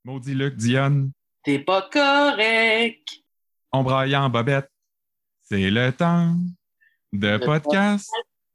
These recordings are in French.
Maudit Luc, Dionne, T'es pas correct. on braille en bobette. C'est le temps de podcast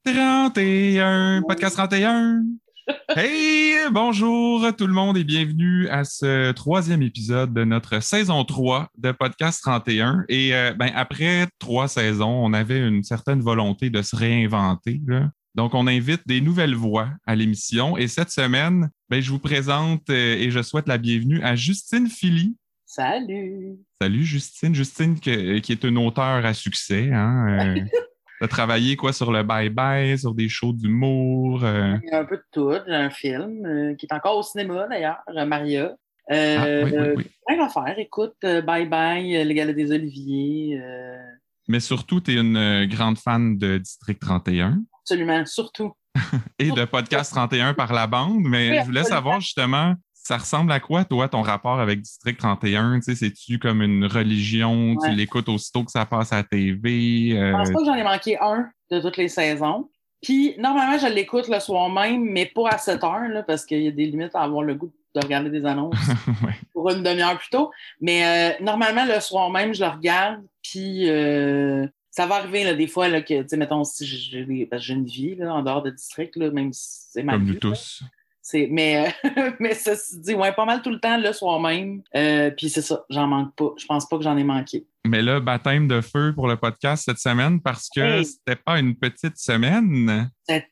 31. Podcast 31. Hey, bonjour tout le monde et bienvenue à ce troisième épisode de notre saison 3 de Podcast 31. Et après 3 saisons, on avait une certaine volonté de se réinventer, là. Donc, on invite des nouvelles voix à l'émission. Et cette semaine, je vous présente et je souhaite la bienvenue à Justine Philly. Salut! Salut Justine. Justine qui est une auteure à succès. Hein? T'as travaillé sur le bye-bye, sur des shows d'humour? Il y a un peu de tout. J'ai un film qui est encore au cinéma d'ailleurs, Maria. Oui. Plein d'affaires. Écoute, bye-bye, les Galas des Oliviers. Mais surtout, tu es une grande fan de District 31. Absolument, surtout. Et de Podcast 31 par la bande. Mais oui, je voulais savoir justement, ça ressemble à quoi, toi, ton rapport avec District 31? Tu sais, c'est-tu comme une religion? Ouais. Tu l'écoutes aussitôt que ça passe à la TV? Je pense pas que j'en ai manqué un de toutes les saisons. Puis, normalement, je l'écoute le soir même, mais pas à 7 heures, là, parce qu'il y a des limites à avoir le goût de regarder des annonces ouais. pour une demi-heure plus tôt. Mais normalement, le soir même, je le regarde, puis ça va arriver là, des fois là, que, tu sais, mettons, si j'ai une vie là, en dehors de District, là, même si c'est ma vie. Comme nous tous. Mais ça se dit, ouais, pas mal tout le temps le soir même. Puis c'est ça, j'en manque pas. Je pense pas que j'en ai manqué. Mais là, baptême de feu pour le podcast cette semaine parce que c'était pas une petite semaine.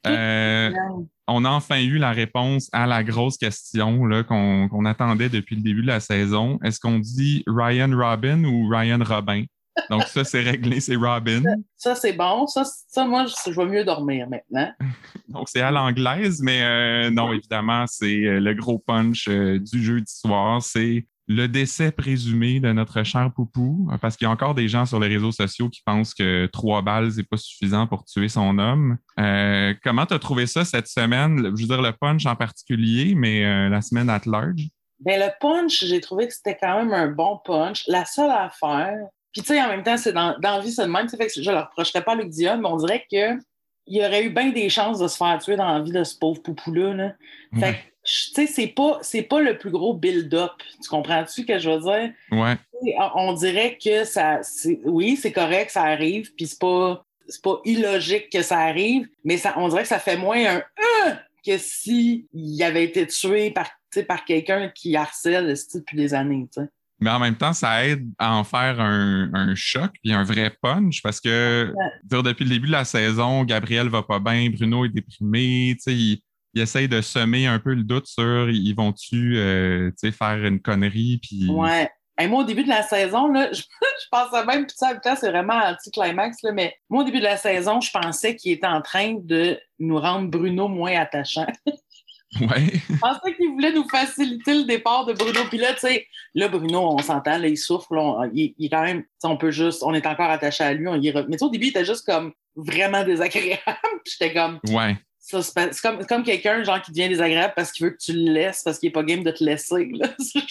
On a enfin eu la réponse à la grosse question là, qu'on attendait depuis le début de la saison. Est-ce qu'on dit Ryan Robin ou Ryan Robin? Donc ça, c'est réglé, c'est Robin. Ça c'est bon. Ça moi, je vais mieux dormir maintenant. Donc, c'est à l'anglaise, mais non, évidemment, c'est le gros punch du jeudi soir. C'est le décès présumé de notre cher Poupou, parce qu'il y a encore des gens sur les réseaux sociaux qui pensent que 3 balles, c'est pas suffisant pour tuer son homme. Comment tu as trouvé ça cette semaine? Je veux dire, le punch en particulier, mais la semaine at large? Le punch, j'ai trouvé que c'était quand même un bon punch. La seule affaire, puis tu sais, en même temps, c'est dans la vie, c'est le même. Fait que je ne le reprocherais pas à Luc Dionne, mais on dirait qu'il y aurait eu bien des chances de se faire tuer dans la vie de ce pauvre Poupou-là. Là. Fait que, tu sais, c'est pas le plus gros build-up. Tu comprends-tu ce que je veux dire? Ouais. On dirait que oui, c'est correct, ça arrive, puis c'est pas illogique que ça arrive, mais on dirait que ça fait moins un que s'il avait été tué par quelqu'un qui harcèle le style depuis des années, tu sais. Mais en même temps, ça aide à en faire un choc puis un vrai punch parce que depuis le début de la saison, Gabriel va pas bien, Bruno est déprimé, tu sais, il essaye de semer un peu le doute sur ils vont-tu faire une connerie puis. Ouais. Et moi, au début de la saison, là, je pensais même, puis ça, en même temps, c'est vraiment anti-climax, là, mais moi, au début de la saison, je pensais qu'il était en train de nous rendre Bruno moins attachant. Ouais. Je pensais qu'il voulait nous faciliter le départ de Bruno. Puis là, tu sais, Bruno, on s'entend, là, il souffre. Là, il est quand même, on est encore attaché à lui. Mais au début, il était juste comme vraiment désagréable. J'étais comme. Ouais. Ça, c'est comme quelqu'un genre qui devient désagréable parce qu'il veut que tu le laisses, parce qu'il n'est pas game de te laisser. Là.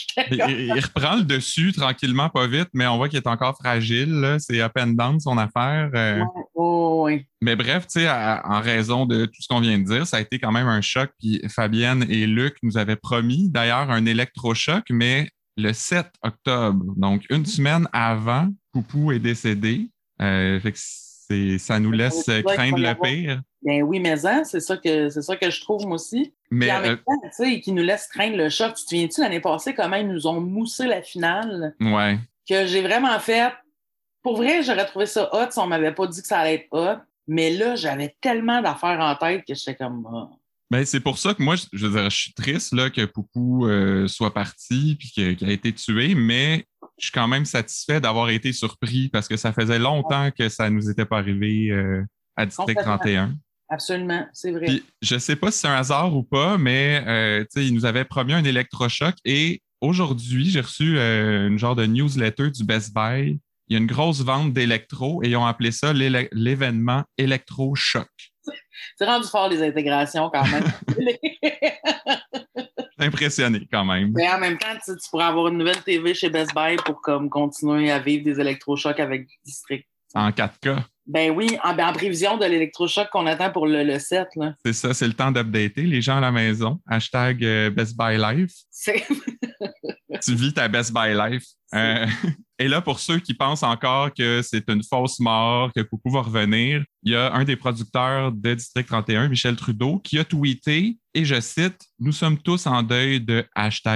Il reprend le dessus tranquillement, pas vite, mais on voit qu'il est encore fragile. Là. C'est up and down son affaire. Ouais. Mais bref, tu sais, en raison de tout ce qu'on vient de dire, ça a été quand même un choc. Puis Fabienne et Luc nous avaient promis d'ailleurs un électrochoc, mais le 7 octobre, donc une semaine avant, Poupou est décédé. Fait que ça nous laisse craindre le pire. Ben oui, mais c'est ça que je trouve moi aussi. Mais puis en même temps, tu sais, qui nous laisse craindre le choc. Tu te souviens-tu l'année passée comment ils nous ont moussé la finale? Ouais. Que j'ai vraiment fait. Pour vrai, j'aurais trouvé ça hot si on m'avait pas dit que ça allait être hot. Mais là, j'avais tellement d'affaires en tête que j'étais comme. Ben, c'est pour ça que moi, je veux dire, je suis triste là, que Poupou soit parti puis qu'il a été tué, mais je suis quand même satisfait d'avoir été surpris parce que ça faisait longtemps que ça nous était pas arrivé à District 31. Absolument, c'est vrai. Puis, je sais pas si c'est un hasard ou pas, mais il nous avait promis un électrochoc et aujourd'hui, j'ai reçu une genre de newsletter du Best Buy. Il y a une grosse vente d'électro et ils ont appelé ça l'événement électrochoc. C'est rendu fort les intégrations quand même. Impressionné quand même. Mais en même temps, tu pourrais avoir une nouvelle TV chez Best Buy pour comme continuer à vivre des électrochocs avec District. En 4K. Ben oui, en prévision de l'électrochoc qu'on attend pour le 7. Là. C'est ça, c'est le temps d'updater les gens à la maison. Hashtag Best Buy Live. Tu vis ta best by life. Et là, pour ceux qui pensent encore que c'est une fausse mort, que Poupou va revenir, il y a un des producteurs de District 31, Michel Trudeau, qui a tweeté, et je cite, « Nous sommes tous en deuil de #Poupou »,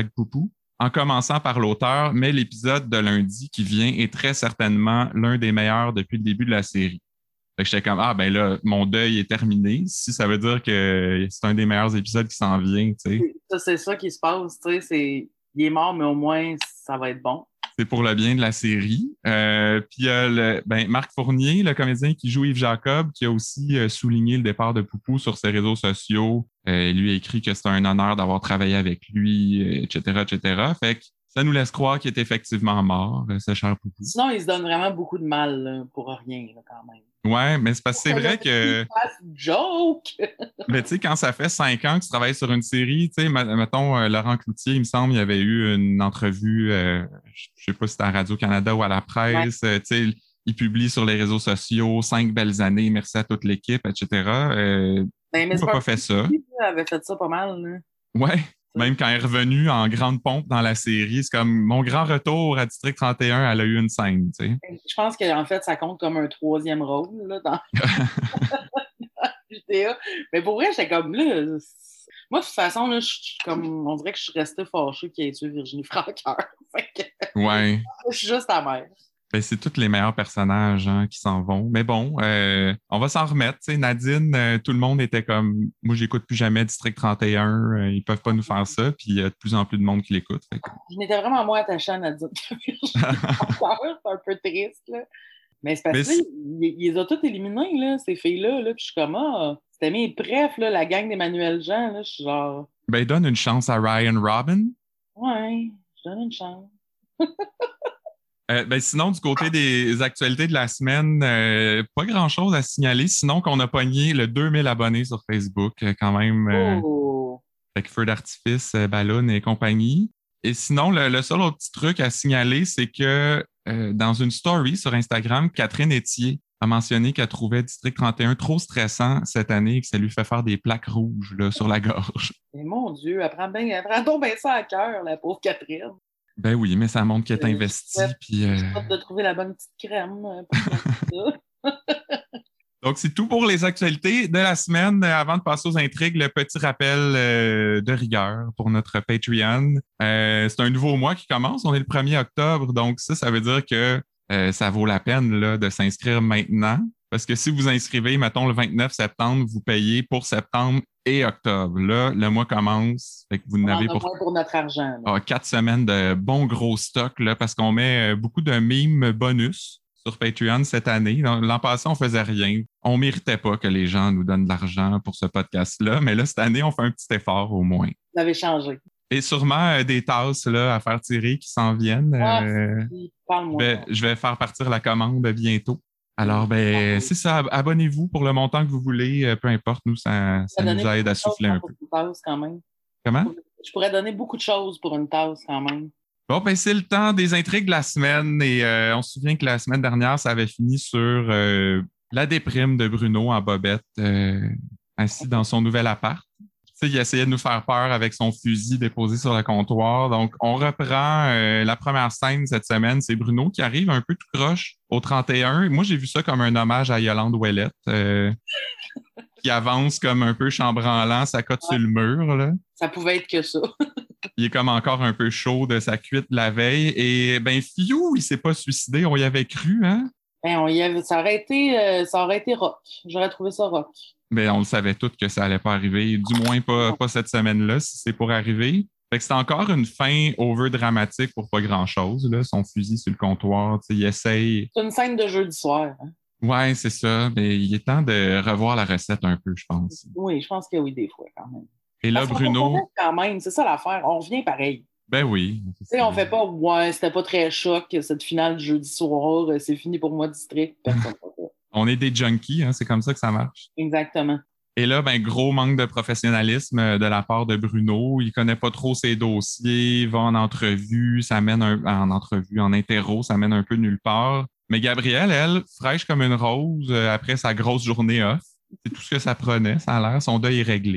en commençant par l'auteur, mais l'épisode de lundi qui vient est très certainement l'un des meilleurs depuis le début de la série. Fait que j'étais comme, ah ben là, mon deuil est terminé. Si ça veut dire que c'est un des meilleurs épisodes qui s'en vient, tu sais. C'est ça qui se passe, tu sais, il est mort, mais au moins, ça va être bon. C'est pour le bien de la série. Puis il y a Marc Fournier, le comédien qui joue Yves Jacob, qui a aussi souligné le départ de Poupou sur ses réseaux sociaux. Il lui a écrit que c'était un honneur d'avoir travaillé avec lui, etc., etc. Fait que ça nous laisse croire qu'il est effectivement mort, ce cher Poupou. Sinon, il se donne vraiment beaucoup de mal là, pour rien, là, quand même. Ouais, mais c'est parce que c'est vrai que. Joke! Mais tu sais, quand ça fait 5 ans que tu travailles sur une série, tu sais, mettons, Laurent Cloutier, il me semble, il y avait eu une entrevue, je sais pas si c'était à Radio-Canada ou à la presse, tu sais, il publie sur les réseaux sociaux 5 belles années, merci à toute l'équipe, etc. Mais il n'a pas fait ça. Il avait fait ça pas mal. Là. Ouais. Même quand elle est revenue en grande pompe dans la série, c'est comme mon grand retour à District 31, elle a eu une scène, tu sais. Je pense qu'en fait, ça compte comme un 3e rôle là, dans GTA. Mais pour vrai, j'étais comme là. Moi, de toute façon, là, on dirait que je suis restée fâchée qu'il ait tué Virginie Francoeur. Ouais. Je suis juste ta mère. Ben, c'est tous les meilleurs personnages qui s'en vont. Mais bon, on va s'en remettre. T'sais, Nadine, tout le monde était comme moi, j'écoute plus jamais District 31. Ils peuvent pas nous faire ça. Puis il y a de plus en plus de monde qui l'écoute. Que... Je m'étais vraiment moins attachée à Nadine que Virginie Francoeur. C'est un peu triste. Là. Mais c'est parce que ils les ont toutes éliminées, là, ces filles-là. Là, puis je suis comme, c'était mes prefs, là, la gang d'Emmanuel Jean. Là, je suis genre. Ben, donne une chance à Ryan Robin. Ouais, je donne une chance. Sinon, du côté des actualités de la semaine, pas grand-chose à signaler, sinon qu'on a pogné le 2000 abonnés sur Facebook, quand même, avec feu d'artifice, ballon et compagnie. Et sinon, le seul autre petit truc à signaler, c'est que dans une story sur Instagram, Catherine Etier a mentionné qu'elle trouvait District 31 trop stressant cette année et que ça lui fait faire des plaques rouges là, sur la gorge. Mais mon Dieu, elle prend donc bien ça à cœur, la pauvre Catherine. Ben oui, mais ça montre qu'elle est investie. De trouver la bonne petite crème pour ça. Donc, c'est tout pour les actualités de la semaine. Avant de passer aux intrigues, le petit rappel de rigueur pour notre Patreon. C'est un nouveau mois qui commence. On est le 1er octobre. Donc, ça veut dire que ça vaut la peine là, de s'inscrire maintenant. Parce que si vous inscrivez, mettons, le 29 septembre, vous payez pour septembre et octobre. Là, le mois commence. Fait que vous n'avez pour notre argent. 4 semaines de bons gros stocks là, parce qu'on met beaucoup de mimes bonus sur Patreon cette année. L'an passé, on faisait rien. On méritait pas que les gens nous donnent de l'argent pour ce podcast-là, mais là, cette année, on fait un petit effort au moins. Vous avez changé. Et sûrement des tasses là, à faire tirer qui s'en viennent. Je vais faire partir la commande bientôt. Alors, c'est ça. Abonnez-vous pour le montant que vous voulez. Peu importe, nous, ça nous aide à souffler un peu. Quand même. Comment? Je pourrais donner beaucoup de choses pour une tasse quand même. Bon, c'est le temps des intrigues de la semaine et on se souvient que la semaine dernière, ça avait fini sur la déprime de Bruno en bobette, assis dans son nouvel appart. Il essayait de nous faire peur avec son fusil déposé sur le comptoir. Donc, on reprend la première scène cette semaine. C'est Bruno qui arrive un peu tout croche au 31. Moi, j'ai vu ça comme un hommage à Yolande Ouellette, qui avance comme un peu chambranlant, sa cote sur le mur. Là. Ça pouvait être que ça. Il est comme encore un peu chaud de sa cuite la veille. Et Fiou, il s'est pas suicidé. On y avait cru, hein? Ça aurait été rock. J'aurais trouvé ça rock. Mais on le savait tous que ça allait pas arriver. Du moins, pas cette semaine-là, si c'est pour arriver. Fait que c'est encore une fin over-dramatique pour pas grand-chose. Là. Son fusil sur le comptoir, il essaye... C'est une scène de jeudi soir. Hein? Ouais, c'est ça. Mais il est temps de revoir la recette un peu, je pense. Oui, je pense que oui, des fois, quand même. Et là, Bruno... Quand même, c'est ça l'affaire. On revient pareil. Ben oui. On fait pas, c'était pas très choc, cette finale du jeudi soir, c'est fini pour moi, District. On est des junkies, hein, c'est comme ça que ça marche. Exactement. Et là, gros manque de professionnalisme de la part de Bruno. Il connaît pas trop ses dossiers, va en entrevue, ça mène en interro, ça mène un peu nulle part. Mais Gabrielle, elle, fraîche comme une rose après sa grosse journée off, c'est tout ce que ça prenait, ça a l'air, son deuil est réglé.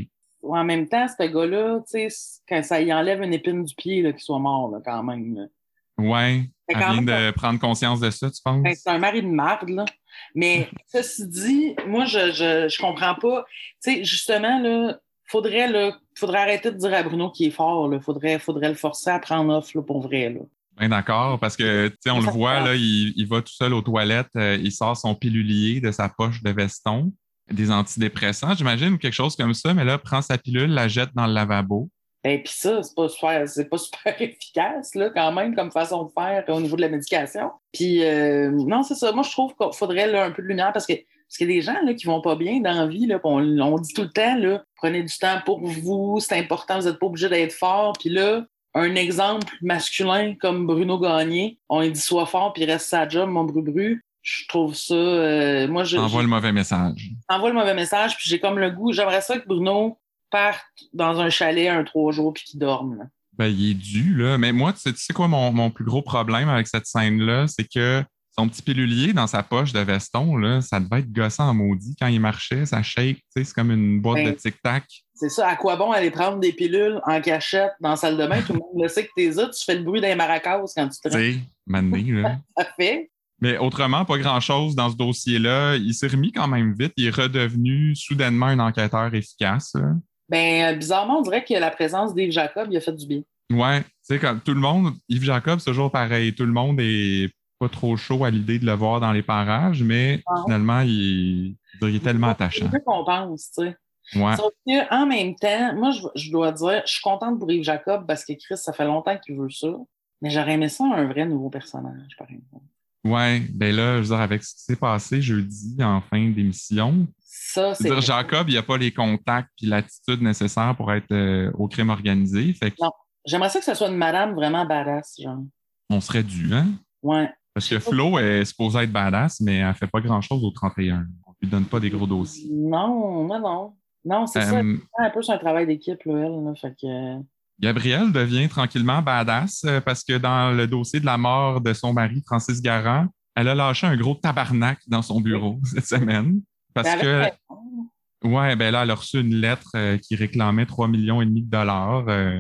en même temps, ce gars-là, tu sais, quand ça y enlève une épine du pied, là, qu'il soit mort, là, quand même. Là. Ouais, C'est elle quand vient même de prendre conscience de ça, tu ben, penses? c'est un mari de marde, là. Mais ceci dit, moi, je comprends pas. Tu sais, justement, là, faudrait arrêter de dire à Bruno qu'il est fort, là. Faudrait le forcer à prendre off, là, pour vrai, là. Bien d'accord, parce que, tu sais, on le voit, là, il va tout seul aux toilettes, il sort son pilulier de sa poche de veston, des antidépressants, j'imagine, ou quelque chose comme ça, mais là, prend sa pilule, la jette dans le lavabo. Et puis ça, c'est pas super efficace, là, quand même, comme façon de faire au niveau de la médication. Puis, non, c'est ça. Moi, je trouve qu'il faudrait là, un peu de lumière parce qu'il y a des gens là, qui vont pas bien dans la vie. Là, on dit tout le temps, là, prenez du temps pour vous, c'est important, vous n'êtes pas obligé d'être fort. Puis là, un exemple masculin comme Bruno Gagné, on lui dit sois fort puis reste sa job, mon bru-bru. Je trouve ça. Moi, Envoie le mauvais message. Envoie le mauvais message, puis j'ai comme le goût. J'aimerais ça que Bruno parte dans un chalet 3 jours puis qu'il dorme. Là. Ben, il est dû, là. Mais moi, tu sais quoi, mon plus gros problème avec cette scène-là, c'est que son petit pilulier dans sa poche de veston, là, ça devait être gossant en maudit. Quand il marchait, ça shake, tu sais, c'est comme une boîte de tic-tac. C'est ça. À quoi bon aller prendre des pilules en cachette dans la salle de bain? Tout le monde le sait que t'es là. Tu fais le bruit d'un maracas quand tu te rends. Tu sais, mané, là. Ça fait. Mais autrement, pas grand-chose dans ce dossier-là. Il s'est remis quand même vite. Il est redevenu soudainement un enquêteur efficace, là. Ben, bizarrement, on dirait que la présence d'Yves Jacob, il a fait du bien. Ouais, tu sais, comme tout le monde, Yves Jacob, c'est toujours pareil. Tout le monde est pas trop chaud à l'idée de le voir dans les parages, mais finalement, il est tellement attachant. C'est ce qu'on pense, tu sais. Ouais. Sauf qu'en même temps, moi, je dois dire, je suis contente pour Yves Jacob parce que Chris, ça fait longtemps qu'il veut ça. Mais j'aurais aimé ça un vrai nouveau personnage, par exemple. Ouais, ben là, je veux dire, avec ce qui s'est passé jeudi en fin d'émission, ça, c'est. Dire, Jacob, il n'y a pas les contacts et l'attitude nécessaire pour être au crime organisé. Fait que non, j'aimerais ça que ce soit une madame vraiment badass, genre. On serait dû, hein? Ouais. Parce que Flo est supposée être badass, mais elle fait pas grand-chose au 31. On lui donne pas des gros dossiers. Non. Non, c'est ça. Un peu sur un travail d'équipe, là, elle. Là, fait que... Gabrielle devient tranquillement badass parce que dans le dossier de la mort de son mari, Francis Garand, elle a lâché un gros tabarnak dans son bureau cette semaine. Parce que, ouais, ben là, elle a reçu une lettre qui réclamait 3,5 millions de dollars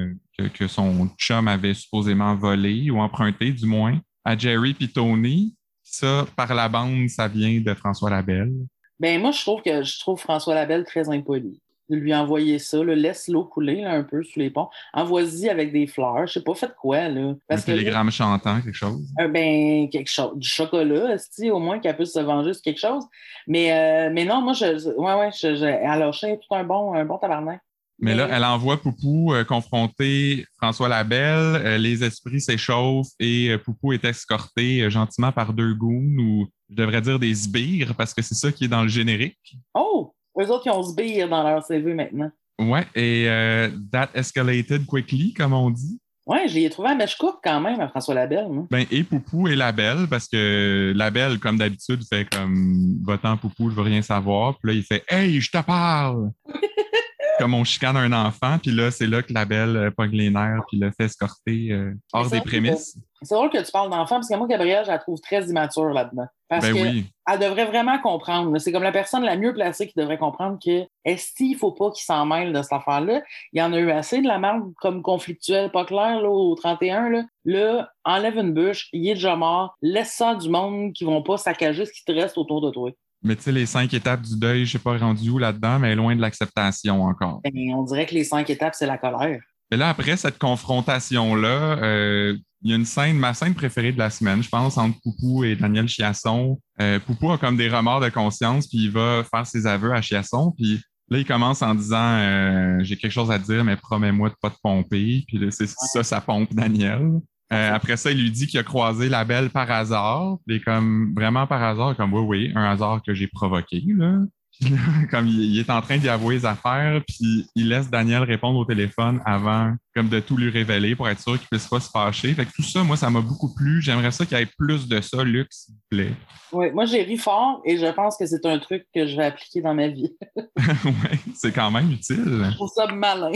que son chum avait supposément volé ou emprunté, du moins, à Jerry puis Tony. Ça, par la bande, ça vient de François Labelle. Ben moi, je trouve François Labelle très impoli. De lui envoyer ça, là, laisse l'eau couler là, un peu sous les ponts. Envoie-y avec des fleurs. Je sais pas, faites quoi, là. Parce un télégramme chantant, quelque chose. Ben, quelque chose. Du chocolat, au moins qu'elle puisse se venger sur quelque chose. Mais non, moi, elle a lâché tout un bon tabarnak. Mais là, elle envoie Poupou confronter François Labelle. Les esprits s'échauffent et Poupou est escorté gentiment par 2 goons ou je devrais dire des sbires parce que c'est ça qui est dans le générique. Oh! Eux autres, ils ont sbires dans leur CV maintenant. Ouais, et that escalated quickly, comme on dit. Ouais, je l'ai trouvé à mèche-coupe quand même à François Labelle. Moi. Ben, et Poupou et Labelle, parce que Labelle, comme d'habitude, fait comme va-t'en Poupou, je veux rien savoir. Puis là, il fait hey, je te parle! Comme on chicane un enfant, puis là, c'est là que Labelle pogne les nerfs, puis le fait escorter hors des prémices. C'est drôle que tu parles d'enfant, parce que moi, Gabrielle, je la trouve très immature là-dedans. Parce qu'elle devrait vraiment comprendre. C'est comme la personne la mieux placée qui devrait comprendre que il ne faut pas qu'il s'en mêle de cette affaire-là. Il y en a eu assez de la merde comme conflictuelle, pas claire, là, au 31. Là, enlève une bûche, il est déjà mort, laisse ça du monde qui ne vont pas saccager ce qui te reste autour de toi. Mais tu sais, les 5 étapes du deuil, je ne sais pas rendu où là-dedans, mais loin de l'acceptation encore. Ben, on dirait que les 5 étapes, c'est la colère. Mais là, après cette confrontation-là, il y a une scène, ma scène préférée de la semaine, je pense, entre Poupou et Daniel Chiasson. Poupou a comme des remords de conscience, puis il va faire ses aveux à Chiasson, puis là, il commence en disant j'ai quelque chose à dire, mais promets-moi de pas te pomper. Puis là, c'est ça pompe Daniel. Après ça, il lui dit qu'il a croisé Labelle par hasard. Puis comme vraiment par hasard, comme oui, un hasard que j'ai provoqué, là. Puis là, comme il est en train d'y avouer les affaires, puis il laisse Daniel répondre au téléphone avant comme de tout lui révéler pour être sûr qu'il puisse pas se fâcher. Fait que tout ça, moi, ça m'a beaucoup plu. J'aimerais ça qu'il y ait plus de ça, Luc, s'il vous plaît. Oui, moi, j'ai ri fort et je pense que c'est un truc que je vais appliquer dans ma vie. Oui, c'est quand même utile. Je trouve ça malin.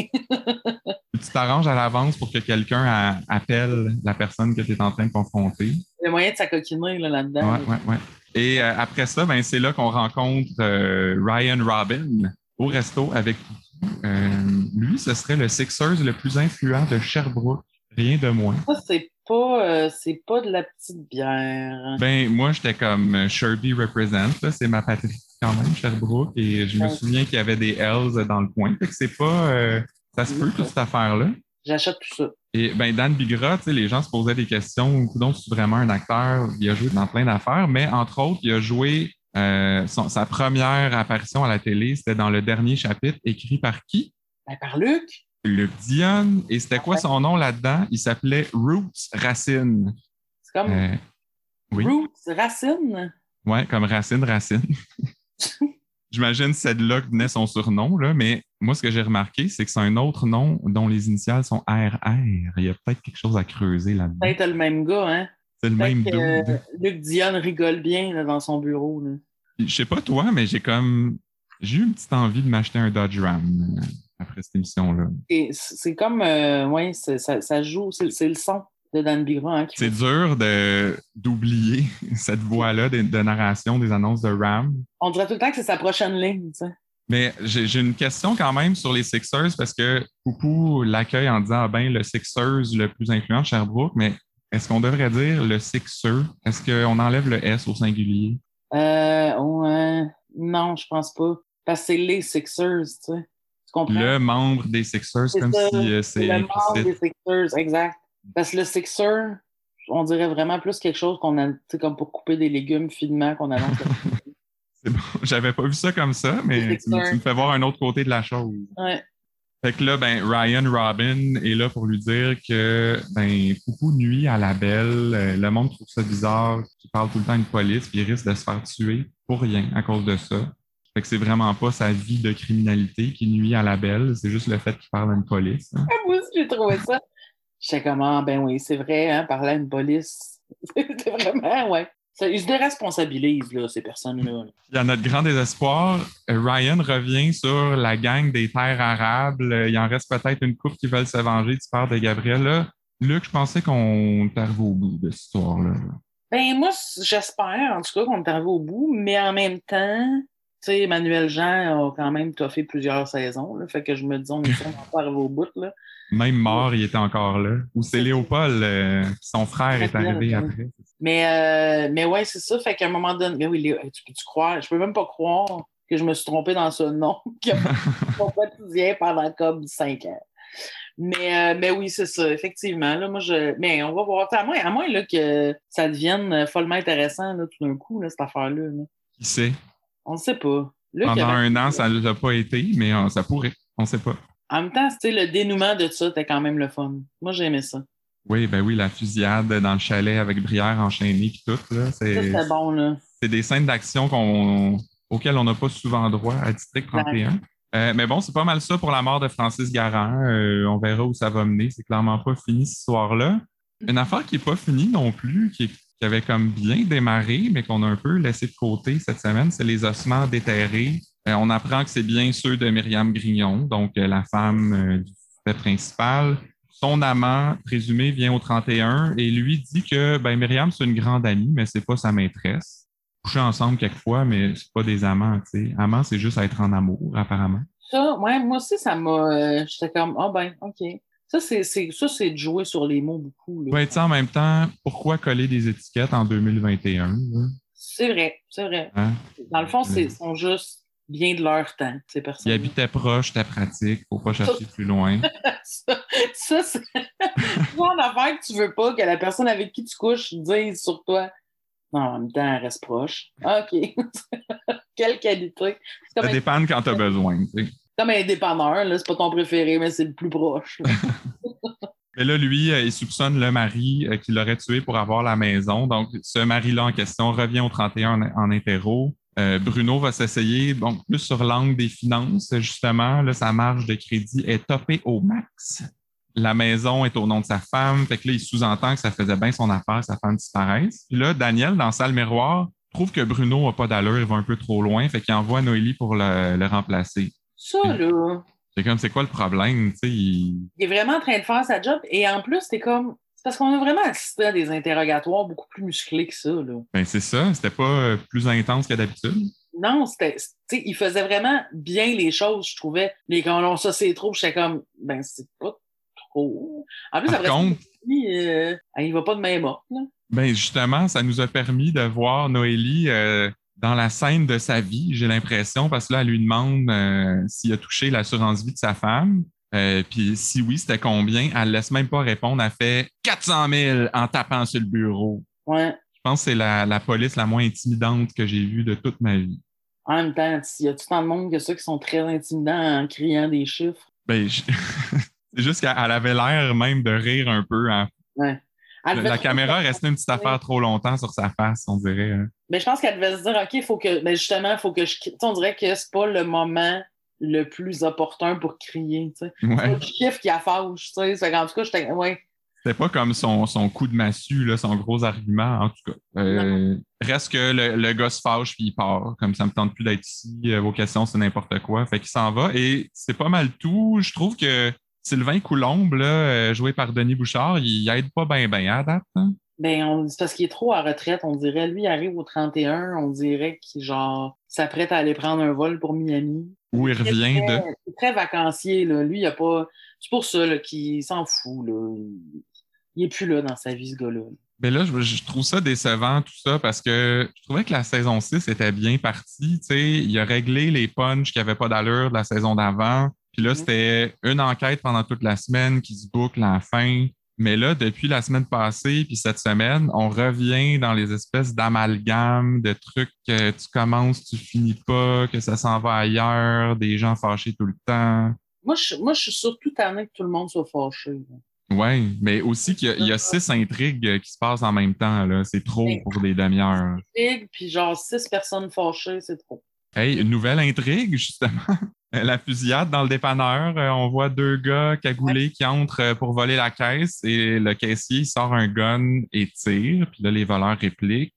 Tu t'arranges à l'avance pour que quelqu'un appelle la personne que tu es en train de confronter. Il y a moyen de s'acoquiner là-dedans. Ouais. Et après ça, ben, c'est là qu'on rencontre Ryan Robin au resto avec lui, ce serait le Sixers le plus influent de Sherbrooke. Rien de moins. Ça, c'est pas de la petite bière. Ben, moi, j'étais comme Sherby represent, là, c'est ma patrie quand même, Sherbrooke, et je me souviens qu'il y avait des Hells dans le coin. Fait que c'est pas. Ça se peut, toute cette affaire-là. J'achète tout ça. Et ben, Dan Bigra, tu sais, les gens se posaient des questions. Donc, c'est vraiment un acteur. Il a joué dans plein d'affaires, mais entre autres, il a joué sa première apparition à la télé, c'était dans le dernier chapitre, écrit par qui? Ben, par Luc. Luc Dionne. Et c'était quoi son nom là-dedans? Il s'appelait Roots Racine. C'est comme oui. Roots Racine? Ouais, comme Racine. J'imagine que c'est de là que venait son surnom, là, mais moi, ce que j'ai remarqué, c'est que c'est un autre nom dont les initiales sont RR. Il y a peut-être quelque chose à creuser là-dedans. Peut-être le même gars, hein? C'est le même dude. Luc Dionne rigole bien là, dans son bureau. Là. Je sais pas toi, mais j'ai eu une petite envie de m'acheter un Dodge Ram après cette émission-là. Et c'est comme, ouais, ça joue, c'est le son de Dan Bigra. Hein, c'est dur d'oublier cette voix-là de narration des annonces de Ram. On dirait tout le temps que c'est sa prochaine ligne, tu sais. Mais j'ai une question quand même sur les Sixers parce que Poupou l'accueille en disant le Sixers le plus influent de Sherbrooke, mais est-ce qu'on devrait dire le Sixer? Est-ce qu'on enlève le S au singulier? Ouais. Non, je pense pas. Parce que c'est les Sixers, tu sais. Tu comprends? Le membre des Sixers, comme ça, si c'est le membre des Sixers, exact. Parce que le Sixer, on dirait vraiment plus quelque chose qu'on a, tu sais, comme pour couper des légumes finement qu'on annonce. C'est bon. J'avais pas vu ça comme ça, mais tu me fais voir un autre côté de la chose. Ouais. Fait que là, Ryan Robin est là pour lui dire que Poupou nuit à la belle. Le monde trouve ça bizarre qu'il parle tout le temps à une police, puis il risque de se faire tuer pour rien à cause de ça. Fait que c'est vraiment pas sa vie de criminalité qui nuit à la belle, c'est juste le fait qu'il parle à une police. Hein. Moi aussi, j'ai trouvé ça. J'étais comme, oui, c'est vrai, hein, parler à une police. C'était vraiment, ouais. Ils se déresponsabilisent, là, ces personnes-là. Puis à notre grand désespoir, Ryan revient sur la gang des terres arables. Il en reste peut-être une couple qui veulent se venger du père de Gabriel. Là, Luc, je pensais qu'on est arrivé au bout de cette histoire-là. Ben, moi, j'espère, en tout cas, qu'on est arrivé au bout, mais en même temps, tu sais, Emmanuel Jean a quand même toffé plusieurs saisons, là, fait que je me dis, on est sûrement pas arrivé au bout, là. Même mort, il était encore là. Ou c'est Léopold, son frère est arrivé après. Mais ouais, c'est ça. Fait qu'à un moment donné, mais oui, tu peux-tu croire? Je peux même pas croire que je me suis trompée dans ce nom qui a mon quotidien pendant comme 5 ans. Mais oui, c'est ça, effectivement. Là, mais on va voir. À moins là, que ça devienne follement intéressant là, tout d'un coup, là, cette affaire-là. Là. Qui sait? On ne sait pas. Là, pendant un an, ça ne l'a pas été, mais ça pourrait. On ne sait pas. En même temps, le dénouement de ça, c'était quand même le fun. Moi, j'ai aimé ça. Oui, la fusillade dans le chalet avec Brière enchaînée et tout. Là, c'était bon, là. C'est des scènes d'action auxquelles on n'a pas souvent droit à District 31. Mais bon, c'est pas mal ça pour la mort de Francis Garand. On verra où ça va mener. C'est clairement pas fini ce soir-là. Une affaire qui n'est pas finie non plus, qui avait comme bien démarré, mais qu'on a un peu laissé de côté cette semaine, c'est les ossements déterrés. On apprend que c'est bien ceux de Myriam Grignon, donc la femme du fait principal. Son amant présumé vient au 31 et lui dit que Myriam, c'est une grande amie, mais c'est pas sa maîtresse. Coucher ensemble quelquefois, mais c'est pas des amants, tu sais. Amant, c'est juste être en amour, apparemment. Ça, ouais, moi aussi, ça m'a. J'étais comme, OK. Ça, c'est de jouer sur les mots beaucoup. Oui, tu sais, en même temps, pourquoi coller des étiquettes en 2021? Là? C'est vrai. Hein? Dans le fond, ils sont juste bien de leur temps, ces personnes. Ils habitaient proche, c'était pratique, faut pas chercher plus loin. ça c'est une affaire que tu veux pas que la personne avec qui tu couches dise sur toi. Non, en même temps, elle reste proche. OK. Quelle qualité. Ça dépend quand tu as besoin. Tu sais. Comme un dépanneur, là, c'est pas ton préféré, mais c'est le plus proche. Mais là, lui, il soupçonne le mari qui l'aurait tué pour avoir la maison. Donc, ce mari-là en question revient au 31 en interro. Bruno va s'essayer plus sur l'angle des finances. Justement, là, sa marge de crédit est topée au max. La maison est au nom de sa femme. Fait que là, il sous-entend que ça faisait bien son affaire, sa femme disparaisse. Puis là, Daniel, dans Salle Miroir, trouve que Bruno n'a pas d'allure, il va un peu trop loin. Fait qu'il envoie Noélie pour le remplacer. Ça, là... C'est quoi le problème? Il est vraiment en train de faire sa job. Et en plus, c'est parce qu'on a vraiment assisté à des interrogatoires beaucoup plus musclés que ça. Là. C'est ça. C'était pas plus intense que d'habitude. Non, tu sais, il faisait vraiment bien les choses, je trouvais. Mais quand on ça, c'est trop, j'étais comme, ben, c'est pas trop. En plus, Par après ça, contre, il va pas de main morte, là. ben justement, ça nous a permis de voir Noélie dans la scène de sa vie, j'ai l'impression, parce que là, elle lui demande s'il a touché l'assurance vie de sa femme. Puis si oui, c'était combien? Elle ne laisse même pas répondre. Elle fait 400 000 en tapant sur le bureau. Ouais. Je pense que c'est la police la moins intimidante que j'ai vue de toute ma vie. En même temps, il y a tout tant de monde que ça qui sont très intimidants en criant des chiffres. Ben, c'est juste qu'elle avait l'air même de rire un peu, hein. Ouais. La caméra restait une petite affaire trop longtemps sur sa face, on dirait, hein. Mais je pense qu'elle devait se dire, OK, il faut que, ben justement, il faut que je. Tu sais, on dirait que c'est pas le moment le plus opportun pour crier. Tu sais. C'est pas Ouais. le chiffre qui a fâche. Tu sais. En tout cas, j'étais. Ouais. C'était pas comme son coup de massue, là, son gros argument, en tout cas. Reste que le gars se fâche puis il part. Comme ça me tente plus d'être ici, vos questions, c'est n'importe quoi. Fait qu'il s'en va. Et c'est pas mal tout. Je trouve que Sylvain Coulombe, là, joué par Denis Bouchard, il aide pas bien à date, hein. Ben, c'est parce qu'il est trop à retraite, on dirait. Lui, il arrive au 31, on dirait qu'il, genre, s'apprête à aller prendre un vol pour Miami. Où il revient de. Il est très vacancier, là. Lui, il a pas. C'est pour ça, là, qu'il s'en fout, là. Il est plus là dans sa vie, ce gars-là. Mais là, je trouve ça décevant, tout ça, parce que je trouvais que la saison 6 était bien partie. Tu sais, il a réglé les punchs qui n'avaient pas d'allure de la saison d'avant. Puis là, c'était une enquête pendant toute la semaine qui se boucle à la fin. Mais là, depuis la semaine passée, puis cette semaine, on revient dans les espèces d'amalgames, de trucs que tu commences, tu finis pas, que ça s'en va ailleurs, des gens fâchés tout le temps. Moi, je suis surtout tannée que tout le monde soit fâché, là. Oui, mais aussi qu'il y a 6 intrigues qui se passent en même temps, là. C'est trop pour des demi-heures. Puis genre 6 personnes fâchées, c'est trop. Hey, une nouvelle intrigue, justement. La fusillade dans le dépanneur. On voit deux gars cagoulés qui entrent pour voler la caisse et le caissier sort un gun et tire. Puis là, les voleurs répliquent.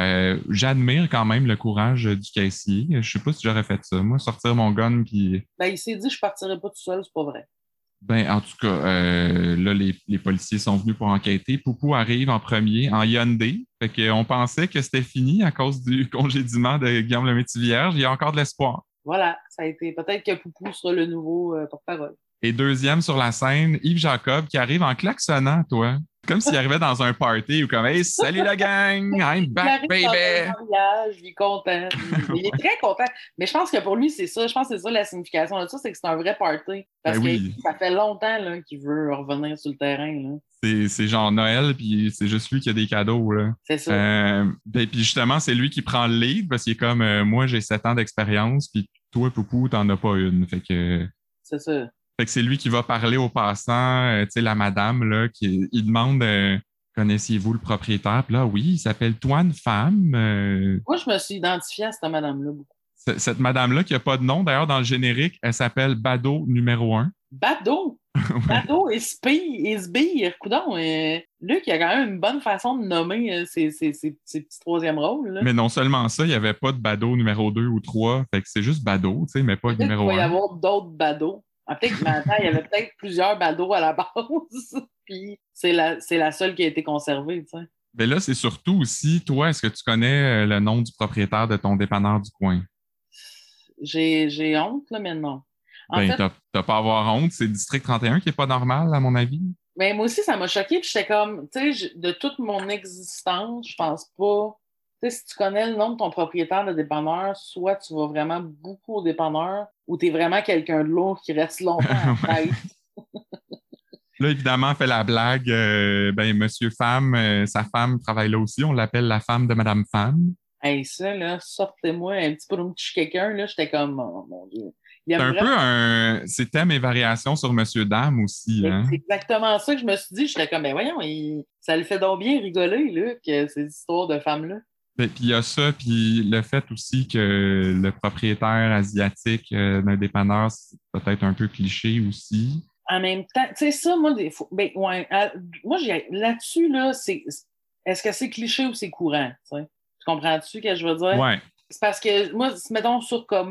J'admire quand même le courage du caissier. Je sais pas si j'aurais fait ça. Moi, sortir mon gun puis Ben, il s'est dit, je partirai pas tout seul, c'est pas vrai. ben, en tout cas, là, les policiers sont venus pour enquêter. Poupou arrive en premier en Hyundai. Fait qu'on pensait que c'était fini à cause du congédiement de Guillaume Lemaitre-Vierge. Il y a encore de l'espoir. Voilà, ça a été. Peut-être que Poupou sera le nouveau porte-parole. Et deuxième sur la scène, Yves Jacob qui arrive en klaxonnant, toi. Comme s'il arrivait dans un party ou comme Hey, salut la gang, I'm back, baby! Mariage, il est content. Il est très content. Mais je pense que pour lui, c'est ça. Je pense que c'est ça la signification de ça, c'est que c'est un vrai party. Parce que ça fait longtemps là, qu'il veut revenir sur le terrain. Là. C'est genre Noël, puis c'est juste lui qui a des cadeaux. Là. C'est ça. Puis justement, c'est lui qui prend le lead parce qu'il est comme moi, j'ai 7 ans d'expérience, puis toi, Poupou, t'en as pas une. Fait que. C'est ça. Fait que c'est lui qui va parler aux passants, tu sais, la madame, là, il demande connaissiez-vous le propriétaire? Puis là, oui, il s'appelle Toine Femme. Moi, je me suis identifiée à cette madame-là beaucoup. Cette madame-là, qui n'a pas de nom, d'ailleurs, dans le générique, elle s'appelle Bado numéro 1. Bado? Bado et Sbire. Coudon, Luc, il a quand même une bonne façon de nommer ses petits troisième rôles. Là. Mais non seulement ça, il n'y avait pas de Bado numéro 2 ou 3. Fait que c'est juste Bado, tu sais, mais pas le numéro 1. Il va y avoir d'autres Bados. Peut-être que maintenant, il y avait peut-être plusieurs badauds à la base. Puis c'est la seule qui a été conservée, tu sais. Mais là, c'est surtout aussi, toi, est-ce que tu connais le nom du propriétaire de ton dépanneur du coin? J'ai honte, là, mais non. T'as pas à avoir honte. C'est le District 31 qui est pas normal, à mon avis. Mais moi aussi, ça m'a choqué. Puis j'étais comme, tu sais, de toute mon existence, je pense pas. Tu sais, si tu connais le nom de ton propriétaire de dépanneur, soit tu vas vraiment beaucoup au dépanneur, ou tu es vraiment quelqu'un de lourd qui reste longtemps à tête. Là, évidemment, on fait la blague. Monsieur Femme, sa femme travaille là aussi. On l'appelle la femme de Madame Femme. Hey, ça, là, sortez-moi un petit peu de quelqu'un, là. J'étais comme, oh mon Dieu. C'est un peu c'est thème et variation sur Monsieur Dame aussi. Hein? C'est exactement ça que je me suis dit. J'étais comme, ben voyons, ça le fait donc bien rigoler, là, que ces histoires de femmes-là. Puis il y a ça, puis le fait aussi que le propriétaire asiatique d'un dépanneur, c'est peut-être un peu cliché aussi. En même temps, tu sais, ça, moi, des fois, ben, ouais, moi, là-dessus, là, est-ce que c'est cliché ou c'est courant, tu sais? Tu comprends-tu ce que je veux dire? Ouais. C'est parce que, moi, mettons, sur comme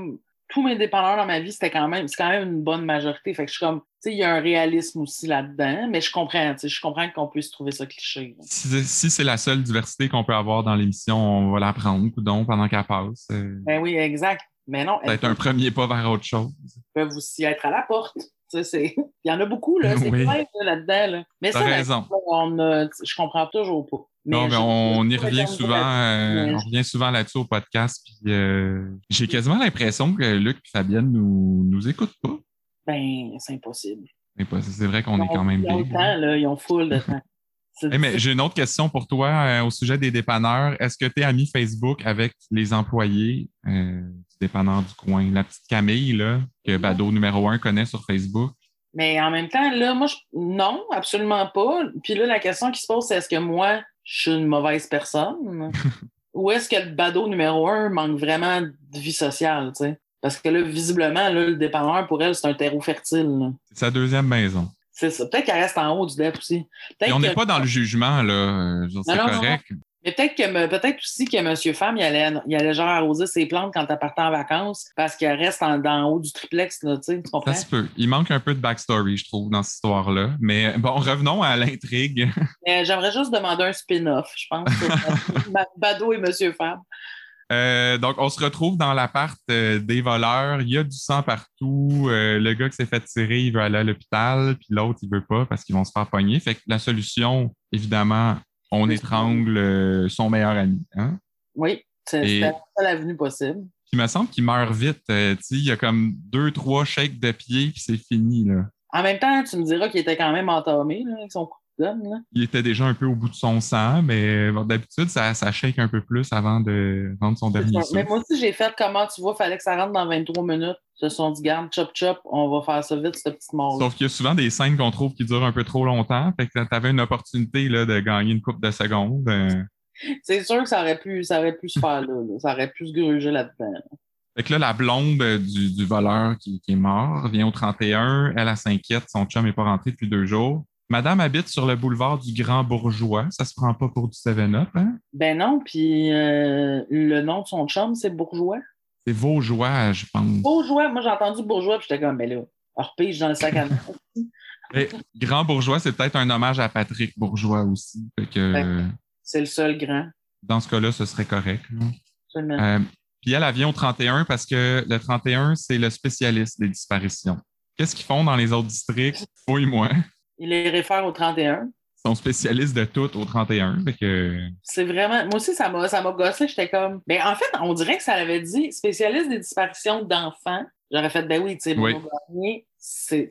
tous mes dépanneurs dans ma vie, c'est quand même une bonne majorité. Fait que je suis comme, tu sais, il y a un réalisme aussi là-dedans, mais je comprends qu'on puisse trouver ça cliché. Si c'est la seule diversité qu'on peut avoir dans l'émission, on va la prendre, coudonc, pendant qu'elle passe. Ben oui, exact. Mais non, Peut-être un premier pas vers autre chose. Peuvent aussi être à la porte. Il y en a beaucoup, là. C'est Oui. plein là-dedans. Là. Mais T'as ça, raison. je comprends toujours pas. Mais Non, mais on y revient souvent, mais on revient souvent là-dessus au podcast. Puis, j'ai quasiment l'impression que Luc et Fabienne nous écoutent pas. Ben, c'est impossible. C'est vrai qu'on est quand même Ils ont le big. temps, là. Ils ont full de temps. Mais j'ai une autre question pour toi au sujet des dépanneurs. Est-ce que tu es ami Facebook avec les employés du dépanneur du coin? La petite Camille, là, que Bado numéro 1 connaît sur Facebook? Mais en même temps, là, non, absolument pas. Puis là, la question qui se pose, c'est est-ce que moi, je suis une mauvaise personne? Ou est-ce que le Bado numéro 1 manque vraiment de vie sociale, tu sais? Parce que là, visiblement, là, le dépanneur, pour elle, c'est un terreau fertile. Là. C'est sa deuxième maison. C'est ça. Peut-être qu'elle reste en haut du DEP aussi. Et on n'est pas dans le jugement, là. C'est correct. Non. Mais peut-être aussi que Monsieur Femme, il allait genre arroser ses plantes quand elle partait en vacances parce qu'elle reste en haut du triplex, là, tu comprends? Ça se peut. Il manque un peu de backstory, je trouve, dans cette histoire-là. Mais bon, revenons à l'intrigue. J'aimerais juste demander un spin-off, je pense. Bado et Monsieur Femme. Donc, on se retrouve dans l'appart des voleurs. Il y a du sang partout. Le gars qui s'est fait tirer, il veut aller à l'hôpital, puis l'autre, il veut pas parce qu'ils vont se faire pogner. Fait que la solution, évidemment, on étrangle son meilleur ami. Hein? Oui, c'est la seule avenue possible. Puis il me semble qu'il meurt vite. Il y a comme 2-3 shakes de pied, puis c'est fini. Là. En même temps, tu me diras qu'il était quand même entamé là, avec son coup de gomme. Là. Il était déjà un peu au bout de son sang, mais bon, d'habitude, ça shake un peu plus avant de rendre son dernier souffle. Mais moi aussi, j'ai fait comment tu vois, il fallait que ça rentre dans 23 minutes. Ils se sont dit, garde, chop, chop, on va faire ça vite, cette petite mort. Sauf qu'il y a souvent des scènes qu'on trouve qui durent un peu trop longtemps. Fait que tu avais une opportunité là, de gagner une couple de secondes. C'est sûr que ça aurait pu se faire là. Ça aurait pu se gruger là-dedans. Là. Fait que là, la blonde du voleur qui est mort vient au 31. Elle s'inquiète. Son chum n'est pas rentré depuis 2 jours. Madame habite sur le boulevard du Grand Bourgeois. Ça se prend pas pour du 7-Up, hein? Ben non, puis le nom de son chum, c'est Bourgeois. C'est Vaugeois, je pense. Bourgeois, moi j'ai entendu Bourgeois, puis j'étais comme, ben là, repige dans le sac à main. Grand Bourgeois, c'est peut-être un hommage à Patrick Bourgeois aussi. Fait que, c'est le seul grand. Dans ce cas-là, ce serait correct. Absolument. Puis elle vient au 31 parce que le 31, c'est le spécialiste des disparitions. Qu'est-ce qu'ils font dans les autres districts? Fouille-moi. Il les réfère au 31. Ils sont spécialistes de tout au 31. Fait que... C'est vraiment... Moi aussi, ça m'a gossé. J'étais comme... Ben, en fait, on dirait que ça l'avait dit spécialiste des disparitions d'enfants. J'aurais fait, ben oui, tu sais, oui. C'est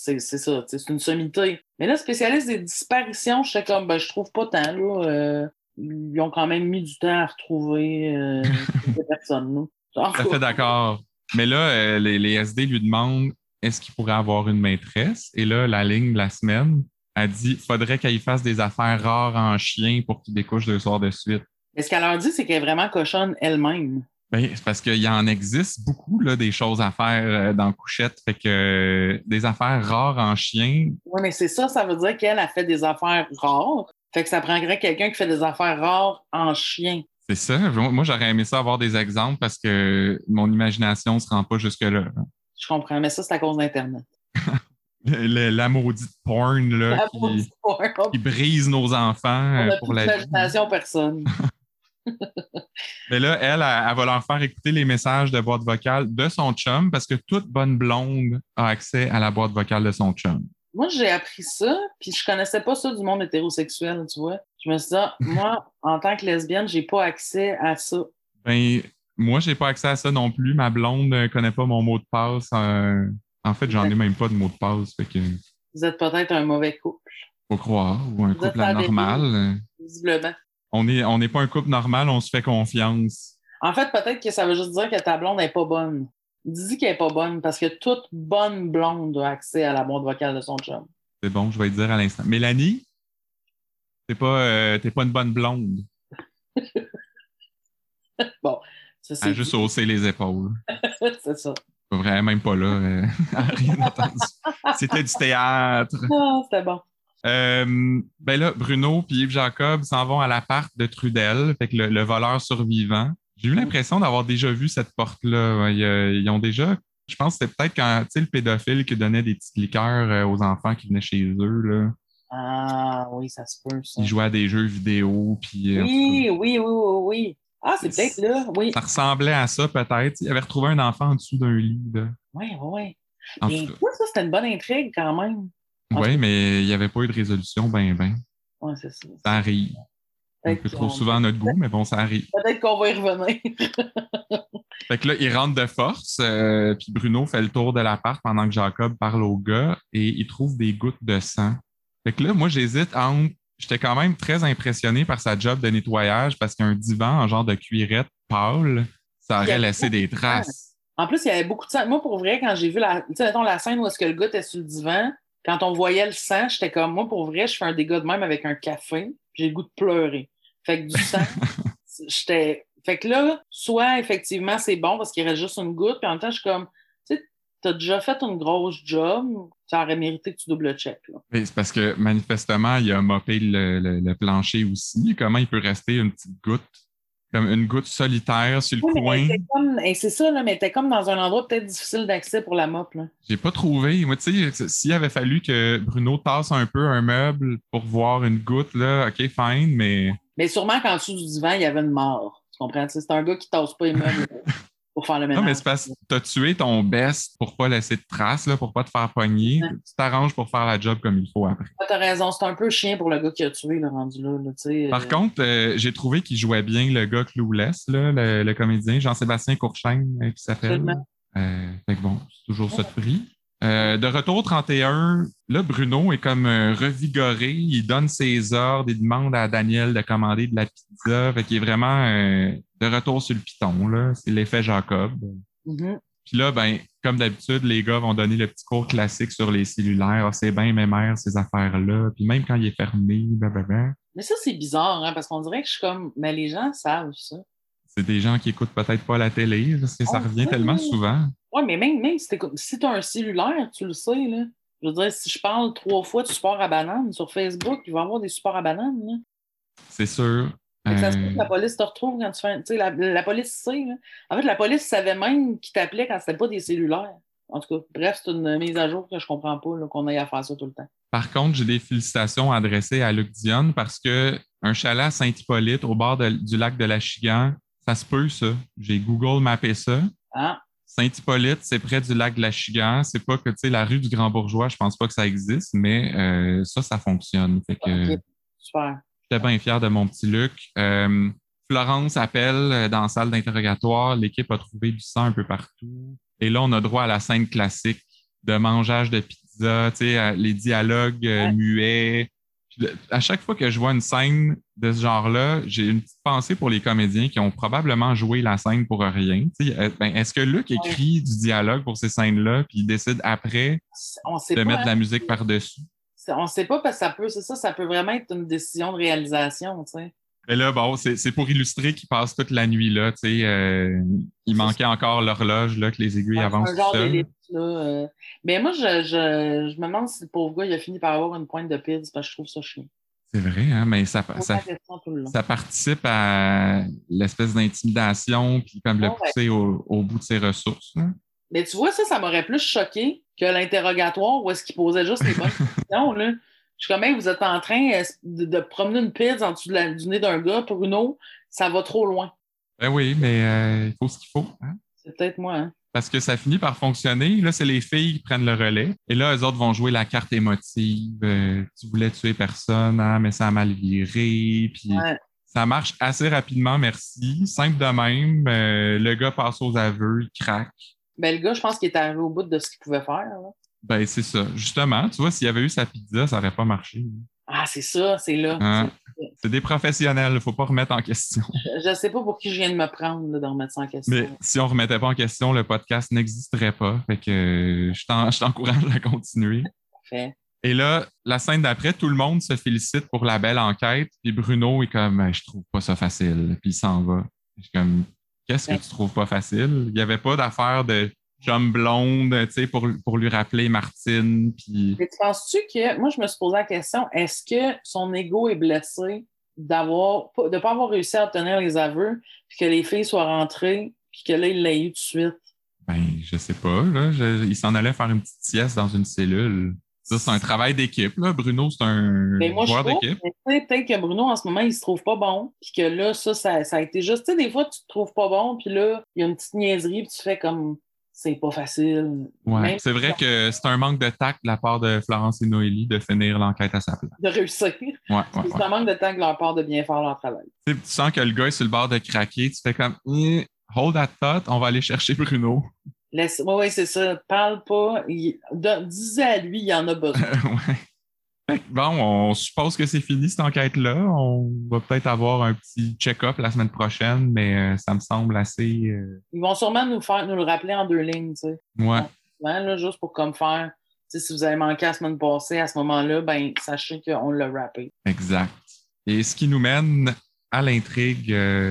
ça. C'est une sommité. Mais là, spécialiste des disparitions, j'étais comme, ben, je trouve pas tant, là. Ils ont quand même mis du temps à retrouver ces personnes-là. Tout à fait d'accord. Mais là, les SD lui demandent est-ce qu'il pourrait avoir une maîtresse? Et là, la ligne de la semaine a dit faudrait qu'elle fasse des affaires rares en chien pour qu'il découche 2 soirs de suite. Mais ce qu'elle leur dit, c'est qu'elle est vraiment cochonne elle-même. Ben, c'est parce qu'il y en existe beaucoup, là, des choses à faire dans Couchette. Fait que des affaires rares en chien. Oui, mais c'est ça veut dire qu'elle a fait des affaires rares. Fait que ça prendrait quelqu'un qui fait des affaires rares en chien. C'est ça. Moi, j'aurais aimé ça avoir des exemples parce que mon imagination ne se rend pas jusque-là. Je comprends, mais ça, c'est à cause d'Internet. La maudite porn là, qui brise nos enfants pour la vie. Imagination, personne. Mais là, elle va leur faire écouter les messages de boîte vocale de son chum parce que toute bonne blonde a accès à la boîte vocale de son chum. Moi, j'ai appris ça, puis je connaissais pas ça du monde hétérosexuel, tu vois. Je me suis dit, moi, en tant que lesbienne, j'ai pas accès à ça. Ben, moi, j'ai pas accès à ça non plus. Ma blonde ne connaît pas mon mot de passe. En fait, j'en ai même pas de mot de passe. Fait que... Vous êtes peut-être un mauvais couple. Faut croire, ou un couple anormal. Visiblement. On n'est pas un couple normal, on se fait confiance. En fait, peut-être que ça veut juste dire que ta blonde n'est pas bonne. Dis qu'elle n'est pas bonne, parce que toute bonne blonde a accès à la boîte vocale de son chum. C'est bon, je vais te dire à l'instant. Mélanie, t'es pas une bonne blonde. Bon, ça c'est... juste hausser les épaules. C'est ça. Vraiment même pas là. Rien entendu. C'était du théâtre. Non, c'était bon. Ben là, Bruno et Yves Jacob s'en vont à l'appart de Trudel, fait que le voleur survivant. J'ai eu l'impression d'avoir déjà vu cette porte-là. Ouais, ils ont déjà. Je pense que c'était peut-être quand, tu sais, le pédophile qui donnait des petites liqueurs aux enfants qui venaient chez eux, là. Ah, oui, ça se peut, ça. Ils jouaient à des jeux vidéo, puis en tout cas, Oui, oui, oui, oui, oui. Ah, c'est peut-être là, ça oui. ressemblait à ça peut-être. Il avait retrouvé un enfant en dessous d'un lit, là. Oui, oui, oui. En tout Mais cas. toi, ça, c'était une bonne intrigue quand même. En tout Oui, cas, mais il n'y avait pas eu de résolution, ben. ouais, c'est ça. Ça arrive. Un peu Peut-être trop souvent à notre goût, mais bon, ça arrive. peut-être qu'on va y revenir. Fait que là, il rentre de force, puis Bruno fait le tour de l'appart pendant que Jacob parle au gars et il trouve des gouttes de sang. Fait que là, moi, j'hésite entre. J'étais quand même très impressionné par sa job de nettoyage parce qu'un divan en genre de cuirette pâle, ça Il y aurait avait laissé beaucoup des de sang. traces. En plus, il y avait beaucoup de sang. Moi, pour vrai, quand j'ai vu tu sais, mettons, la scène où est-ce que le gars était sur le divan, quand on voyait le sang, j'étais comme, moi, pour vrai, je fais un dégât de même avec un café, j'ai le goût de pleurer. Fait que du sang, Fait que là, soit effectivement, c'est bon parce qu'il reste juste une goutte, puis en même temps, je suis comme, tu sais, t'as déjà fait une grosse job, ça aurait mérité que tu double-check, là. Mais c'est parce que manifestement, il a mopé le plancher aussi. Comment il peut rester une petite goutte, comme une goutte solitaire sur le Oui, mais coin? et c'est ça, là, mais t'es comme dans un endroit peut-être difficile d'accès pour la mop, là. J'ai pas trouvé. Moi, tu sais, s'il avait fallu que Bruno tasse un peu un meuble pour voir une goutte, là, OK, fine, mais Mais sûrement qu'en dessous du divan, il y avait une mort. Tu comprends? Tu sais, c'est un gars qui tasse pas les meubles pour faire le non, mais ménage. c'est parce que t'as tué ton best pour pas laisser de traces, là, pour pas te faire pogner. Tu t'arranges pour faire la job comme il faut après. Ah, t'as raison, c'est un peu chien pour le gars qui a tué, le rendu là, tu sais. Par contre, j'ai trouvé qu'il jouait bien le gars Clouless, là, le comédien, Jean-Sébastien Courchaine, qui s'appelle. Absolument. Fait que bon, c'est toujours ça de prix. De retour au 31, là, Bruno est comme revigoré. Il donne ses ordres. Il demande à Daniel de commander de la pizza. Fait qu'il est vraiment de retour sur le piton, là. C'est l'effet Jacob. Mhm. Puis là, ben, comme d'habitude, les gars vont donner le petit cours classique sur les cellulaires. Ah, c'est bien mémère, ces affaires-là. Puis même quand il est fermé, blablabla, Mais ça, c'est bizarre, hein, parce qu'on dirait que je suis comme, mais les gens savent ça. c'est des gens qui écoutent peut-être pas la télé, parce que ça Oh, revient tellement oui. souvent. Ouais, mais même si t'as un cellulaire, tu le sais, là. Je veux dire, si je parle 3 fois de support à banane sur Facebook, il va y avoir des supports à banane, là. C'est sûr. Fait que ça se peut que la police te retrouve quand tu fais. Tu sais, la police sait, là. En fait, la police savait même qui t'appelait quand c'était pas des cellulaires. En tout cas, bref, c'est une mise à jour que je comprends pas, là, qu'on aille à faire ça tout le temps. Par contre, j'ai des félicitations à adresser à Luc Dionne parce que un chalet à Saint-Hippolyte, au bord du lac de la Chigan, ça se peut, ça. J'ai Google mappé ça. Ah, Saint-Hippolyte, c'est près du lac de la Chigan. C'est pas que, tu sais, la rue du Grand Bourgeois, je pense pas que ça existe, mais ça fonctionne. Fait que ok, super. j'étais bien fier de mon petit Luc. Florence appelle dans la salle d'interrogatoire. L'équipe a trouvé du sang un peu partout. Et là, on a droit à la scène classique de mangeage de pizza, tu sais, les dialogues Ouais. muets. Puis à chaque fois que je vois une scène de ce genre-là, j'ai une petite pensée pour les comédiens qui ont probablement joué la scène pour rien. Tu sais, ben, est-ce que Luc Ouais. écrit du dialogue pour ces scènes-là, puis il décide après On sait de pas, mettre de hein. la musique par-dessus? On sait pas parce que ça peut vraiment être une décision de réalisation, tu sais. Mais là, bon, c'est pour illustrer qu'il passe toute la nuit là. Tu sais, il C'est manquait encore l'horloge là, que les aiguilles ouais, c'est avancent un tout genre seul. d'ellipse, là. Mais moi, je me demande si le pauvre gars, il a fini par avoir une pointe de pizza parce que je trouve ça chiant. C'est vrai, hein, mais ça, Pose ça, la question tout le long. ça participe à l'espèce d'intimidation, puis comme le Ah ouais. pousser au bout de ses ressources, là. Mais tu vois, ça m'aurait plus choqué que l'interrogatoire où est-ce qu'il posait juste les bonnes questions, là. Je suis comme, hey, vous êtes en train de promener une pizza en dessous du nez d'un gars, Bruno, ça va trop loin. Ben oui, mais il faut ce qu'il faut, hein. C'est peut-être moi, hein. Parce que ça finit par fonctionner. Là, c'est les filles qui prennent le relais. Et là, eux autres vont jouer la carte émotive. Tu voulais tuer personne, hein, mais ça a mal viré. Puis Ouais. ça marche assez rapidement, merci. Simple de même. Le gars passe aux aveux, il craque. Ben, le gars, je pense qu'il est arrivé au bout de ce qu'il pouvait faire, là. Ben, c'est ça. Justement, tu vois, s'il y avait eu sa pizza, ça n'aurait pas marché. Ah, c'est ça, c'est là. Hein? C'est des professionnels, il ne faut pas remettre en question. Je sais pas pour qui je viens de me prendre là, de remettre ça en Mais question. si on ne remettait pas en question, le podcast n'existerait pas. Fait que je t'encourage à continuer. Parfait. Et là, la scène d'après, tout le monde se félicite pour la belle enquête. Puis Bruno est comme, je trouve pas ça facile. Puis il s'en va. Je suis comme, qu'est-ce que Ben, tu trouves pas facile? Il n'y avait pas d'affaire de chum blonde, tu sais, pour lui rappeler Martine. Puis mais tu penses-tu que, moi, je me suis posé la question, est-ce que son ego est blessé de ne pas avoir réussi à obtenir les aveux, puis que les filles soient rentrées, puis que là, il l'a eu tout de suite. Ben, je sais pas, là. Il s'en allait faire une petite sieste dans une cellule. Ça, c'est un travail d'équipe, là. Bruno, c'est un Mais moi, je joueur trouve, d'équipe. peut-être que Bruno, en ce moment, il se trouve pas bon, puis que là, ça a été juste, tu sais, des fois, tu te trouves pas bon, puis là, il y a une petite niaiserie, puis tu fais comme, c'est pas facile. Ouais, Même c'est vrai que c'est un manque de tact de la part de Florence et Noélie de finir l'enquête à sa place. de réussir. Ouais. C'est un manque de temps de leur part de bien faire leur travail. Tu sais, tu sens que le gars est sur le bord de craquer, tu fais comme, hold that thought, on va aller chercher Bruno. Oui, c'est ça. Parle pas. Disais à lui, il y en a besoin. Ouais. Fait que bon, on suppose que c'est fini cette enquête-là. On va peut-être avoir un petit check-up la semaine prochaine, mais ça me semble assez. Ils vont sûrement nous le rappeler en 2 lignes, tu sais. Ouais. Là, juste pour comme faire. Tu sais, si vous avez manqué la semaine passée, à ce moment-là, ben sachez qu'on l'a rappé. Exact. Et ce qui nous mène à l'intrigue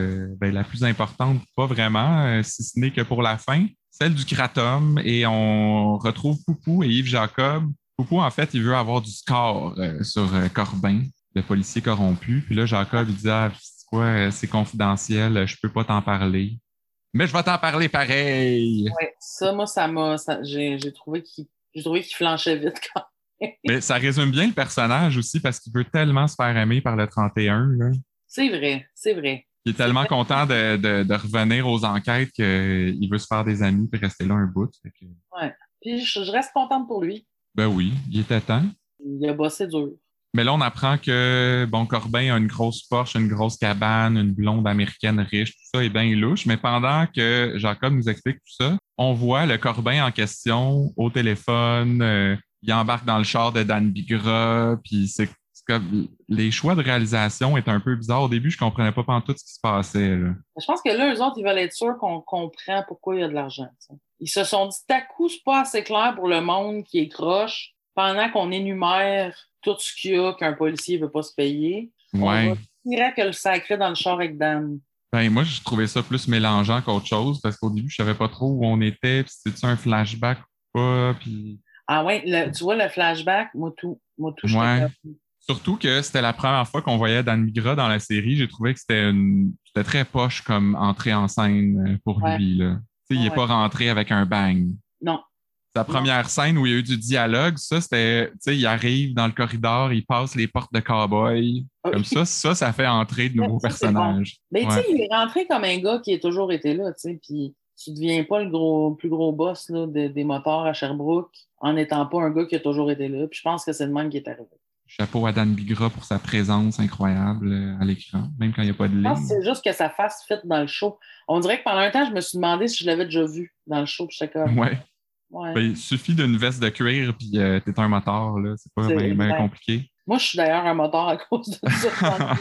la plus importante, pas vraiment, si ce n'est que pour la fin, celle du kratom. Et on retrouve Poupou et Yves Jacob. Poupou, en fait, il veut avoir du score sur Corbin, le policier corrompu. Puis là, Jacob, il dit, c'est quoi, c'est confidentiel, je peux pas t'en parler. Mais je vais t'en parler pareil. Oui, ça, moi, j'ai trouvé qu'il flanchait vite quand même. Mais ça résume bien le personnage aussi parce qu'il veut tellement se faire aimer par le 31. Là. C'est vrai, c'est vrai. Il est tellement content de revenir aux enquêtes qu'il veut se faire des amis et rester là un bout. Ouais. Puis je reste contente pour lui. Ben oui, il était temps. Il a bossé dur. Mais là, on apprend que Corbin a une grosse Porsche, une grosse cabane, une blonde américaine riche, tout ça est bien louche. Mais pendant que Jacob nous explique tout ça, on voit le Corbin en question au téléphone. Il embarque dans le char de Dan Bigra, puis c'est comme les choix de réalisation étaient un peu bizarres. Au début, je comprenais pas tout ce qui se passait. Là. Je pense que là, eux autres, ils veulent être sûrs qu'on comprend pourquoi il y a de l'argent. T'sais. Ils se sont dit, à coup, c'est pas assez clair pour le monde qui est croche pendant qu'on énumère tout ce qu'il y a qu'un policier veut pas se payer. Ouais. On dirait que le sacré dans le char avec Dan. Ben, moi, je trouvais ça plus mélangeant qu'autre chose parce qu'au début, je savais pas trop où on était, puis c'était-tu un flashback ou pas, puis... Ah ouais, tu vois, le flashback, moi tout, ouais. Surtout que c'était la première fois qu'on voyait Dan Bigra dans la série. J'ai trouvé que c'était très poche comme entrée en scène pour lui. Là. Il n'est pas rentré avec un bang. Non. Sa première scène où il y a eu du dialogue, ça, c'était, il arrive dans le corridor, il passe les portes de cowboy. Comme ça fait entrer de nouveaux personnages. Bon. Mais tu sais, il est rentré comme un gars qui a toujours été là, tu sais, puis tu deviens pas le plus gros boss là, des moteurs à Sherbrooke en n'étant pas un gars qui a toujours été là. Puis je pense que c'est le même qui est arrivé. Chapeau à Dan Bigra pour sa présence incroyable à l'écran, même quand il n'y a pas de ligne. Je pense que c'est juste que sa face fit dans le show. On dirait que pendant un temps, je me suis demandé si je l'avais déjà vu dans le show. Puis j'étais comme... Ouais. Ben, il suffit d'une veste de cuir puis t'es un moteur. Là. C'est pas bien compliqué. Moi, je suis d'ailleurs un moteur à cause de ça.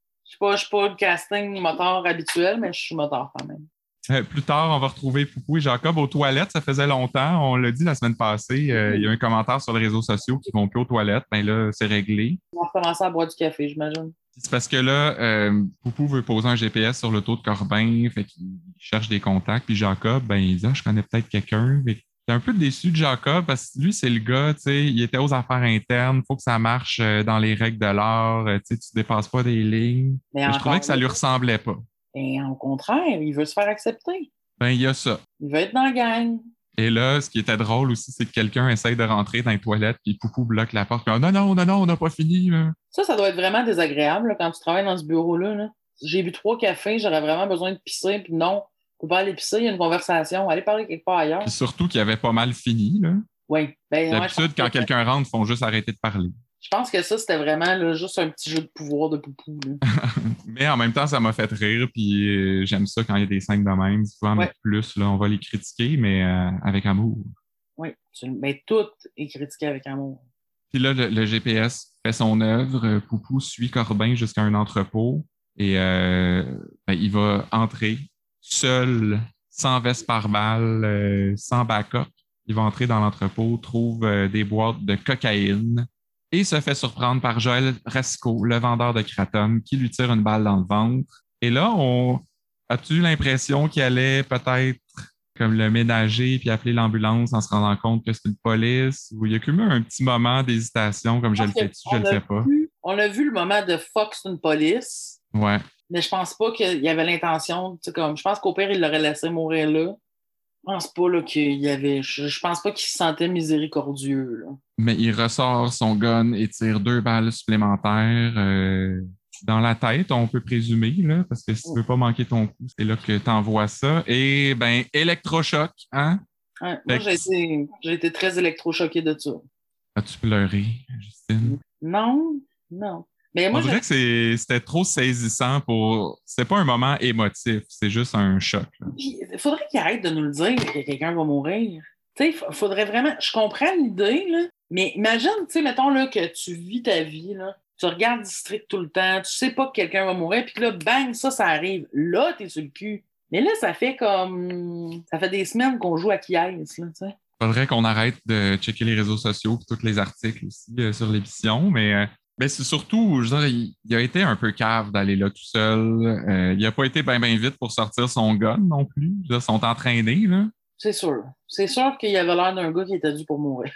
Je suis pas le casting moteur habituel, mais je suis moteur quand même. Plus tard, on va retrouver Poupou et Jacob aux toilettes. Ça faisait longtemps. On l'a dit la semaine passée. Il y a un commentaire sur les réseaux sociaux qui vont plus aux toilettes. Ben là, c'est réglé. On va commencer à boire du café, j'imagine. C'est parce que là, Poupou veut poser un GPS sur l'auto de Corbin. Fait qu'il cherche des contacts. Puis Jacob, ben, il dit je connais peut-être quelqu'un. J'étais un peu déçu de Jacob parce que lui, c'est le gars, tu sais, il était aux affaires internes. Il faut que ça marche dans les règles de l'art. Tu dépasses pas des lignes. Mais je trouvais que ça lui ressemblait pas. Et au contraire, il veut se faire accepter. Ben, il y a ça. Il veut être dans la gang. Et là, ce qui était drôle aussi, c'est que quelqu'un essaye de rentrer dans les toilettes puis Poupou bloque la porte. Non, on n'a pas fini. Là. Ça doit être vraiment désagréable là, quand tu travailles dans ce bureau-là. Là. J'ai bu 3 cafés, j'aurais vraiment besoin de pisser, puis non, tu peux pas aller pisser, il y a une conversation, aller parler quelque part ailleurs. Puis surtout qu'il avait pas mal fini. Là. Oui. Ben, d'habitude, quand quelqu'un rentre, ils font juste arrêter de parler. Je pense que ça, c'était vraiment là, juste un petit jeu de pouvoir de Poupou. Mais en même temps, ça m'a fait rire, puis j'aime ça quand il y a des scènes de même. Si tu veux en mettre plus, là, on va les critiquer, mais avec amour. Oui, mais tout est critiqué avec amour. Puis là, le GPS fait son œuvre. Poupou suit Corbin jusqu'à un entrepôt et il va entrer seul, sans veste pare-balles, sans backup. Il va entrer dans l'entrepôt, trouve des boîtes de cocaïne et se fait surprendre par Joël Rasco, le vendeur de kratom, qui lui tire une balle dans le ventre. Et là, as-tu eu l'impression qu'il allait peut-être comme le ménager puis appeler l'ambulance en se rendant compte que c'est une police? Ou il y a eu un petit moment d'hésitation, comme je le fais-tu, je le fais pas? on a vu le moment de fuck, c'est une police. Ouais. Mais je pense pas qu'il y avait l'intention, tu sais, comme, je pense qu'au pire, il l'aurait laissé mourir là. Je pense pas là, qu'il y avait. Je pense pas qu'il se sentait miséricordieux. Là. Mais il ressort son gun et tire 2 balles supplémentaires dans la tête, on peut présumer, là, parce que si tu veux pas manquer ton coup, c'est là que t'envoies ça. Et ben, électrochoc, hein? Ouais, moi, j'ai été très électrochoquée de ça. As-tu pleuré, Justine? Non, non. Mais moi, On dirait que c'était trop saisissant pour. C'était pas un moment émotif, c'est juste un choc. Il faudrait qu'il arrête de nous le dire que quelqu'un va mourir. Tu sais, faudrait vraiment. Je comprends l'idée, là, mais imagine, tu sais, mettons là, que tu vis ta vie, là, tu regardes District tout le temps, tu sais pas que quelqu'un va mourir, puis là, bang, ça arrive. Là, t'es sur le cul. Mais là, ça fait comme. Ça fait des semaines qu'on joue à qui est, là, tu sais. Faudrait qu'on arrête de checker les réseaux sociaux et tous les articles aussi sur l'émission, mais. Ben, c'est surtout, je veux dire, il a été un peu cave d'aller là tout seul. Il a pas été bien vite pour sortir son gun non plus. Là, ils sont entraînés, là. C'est sûr. C'est sûr qu'il avait l'air d'un gars qui était dû pour mourir.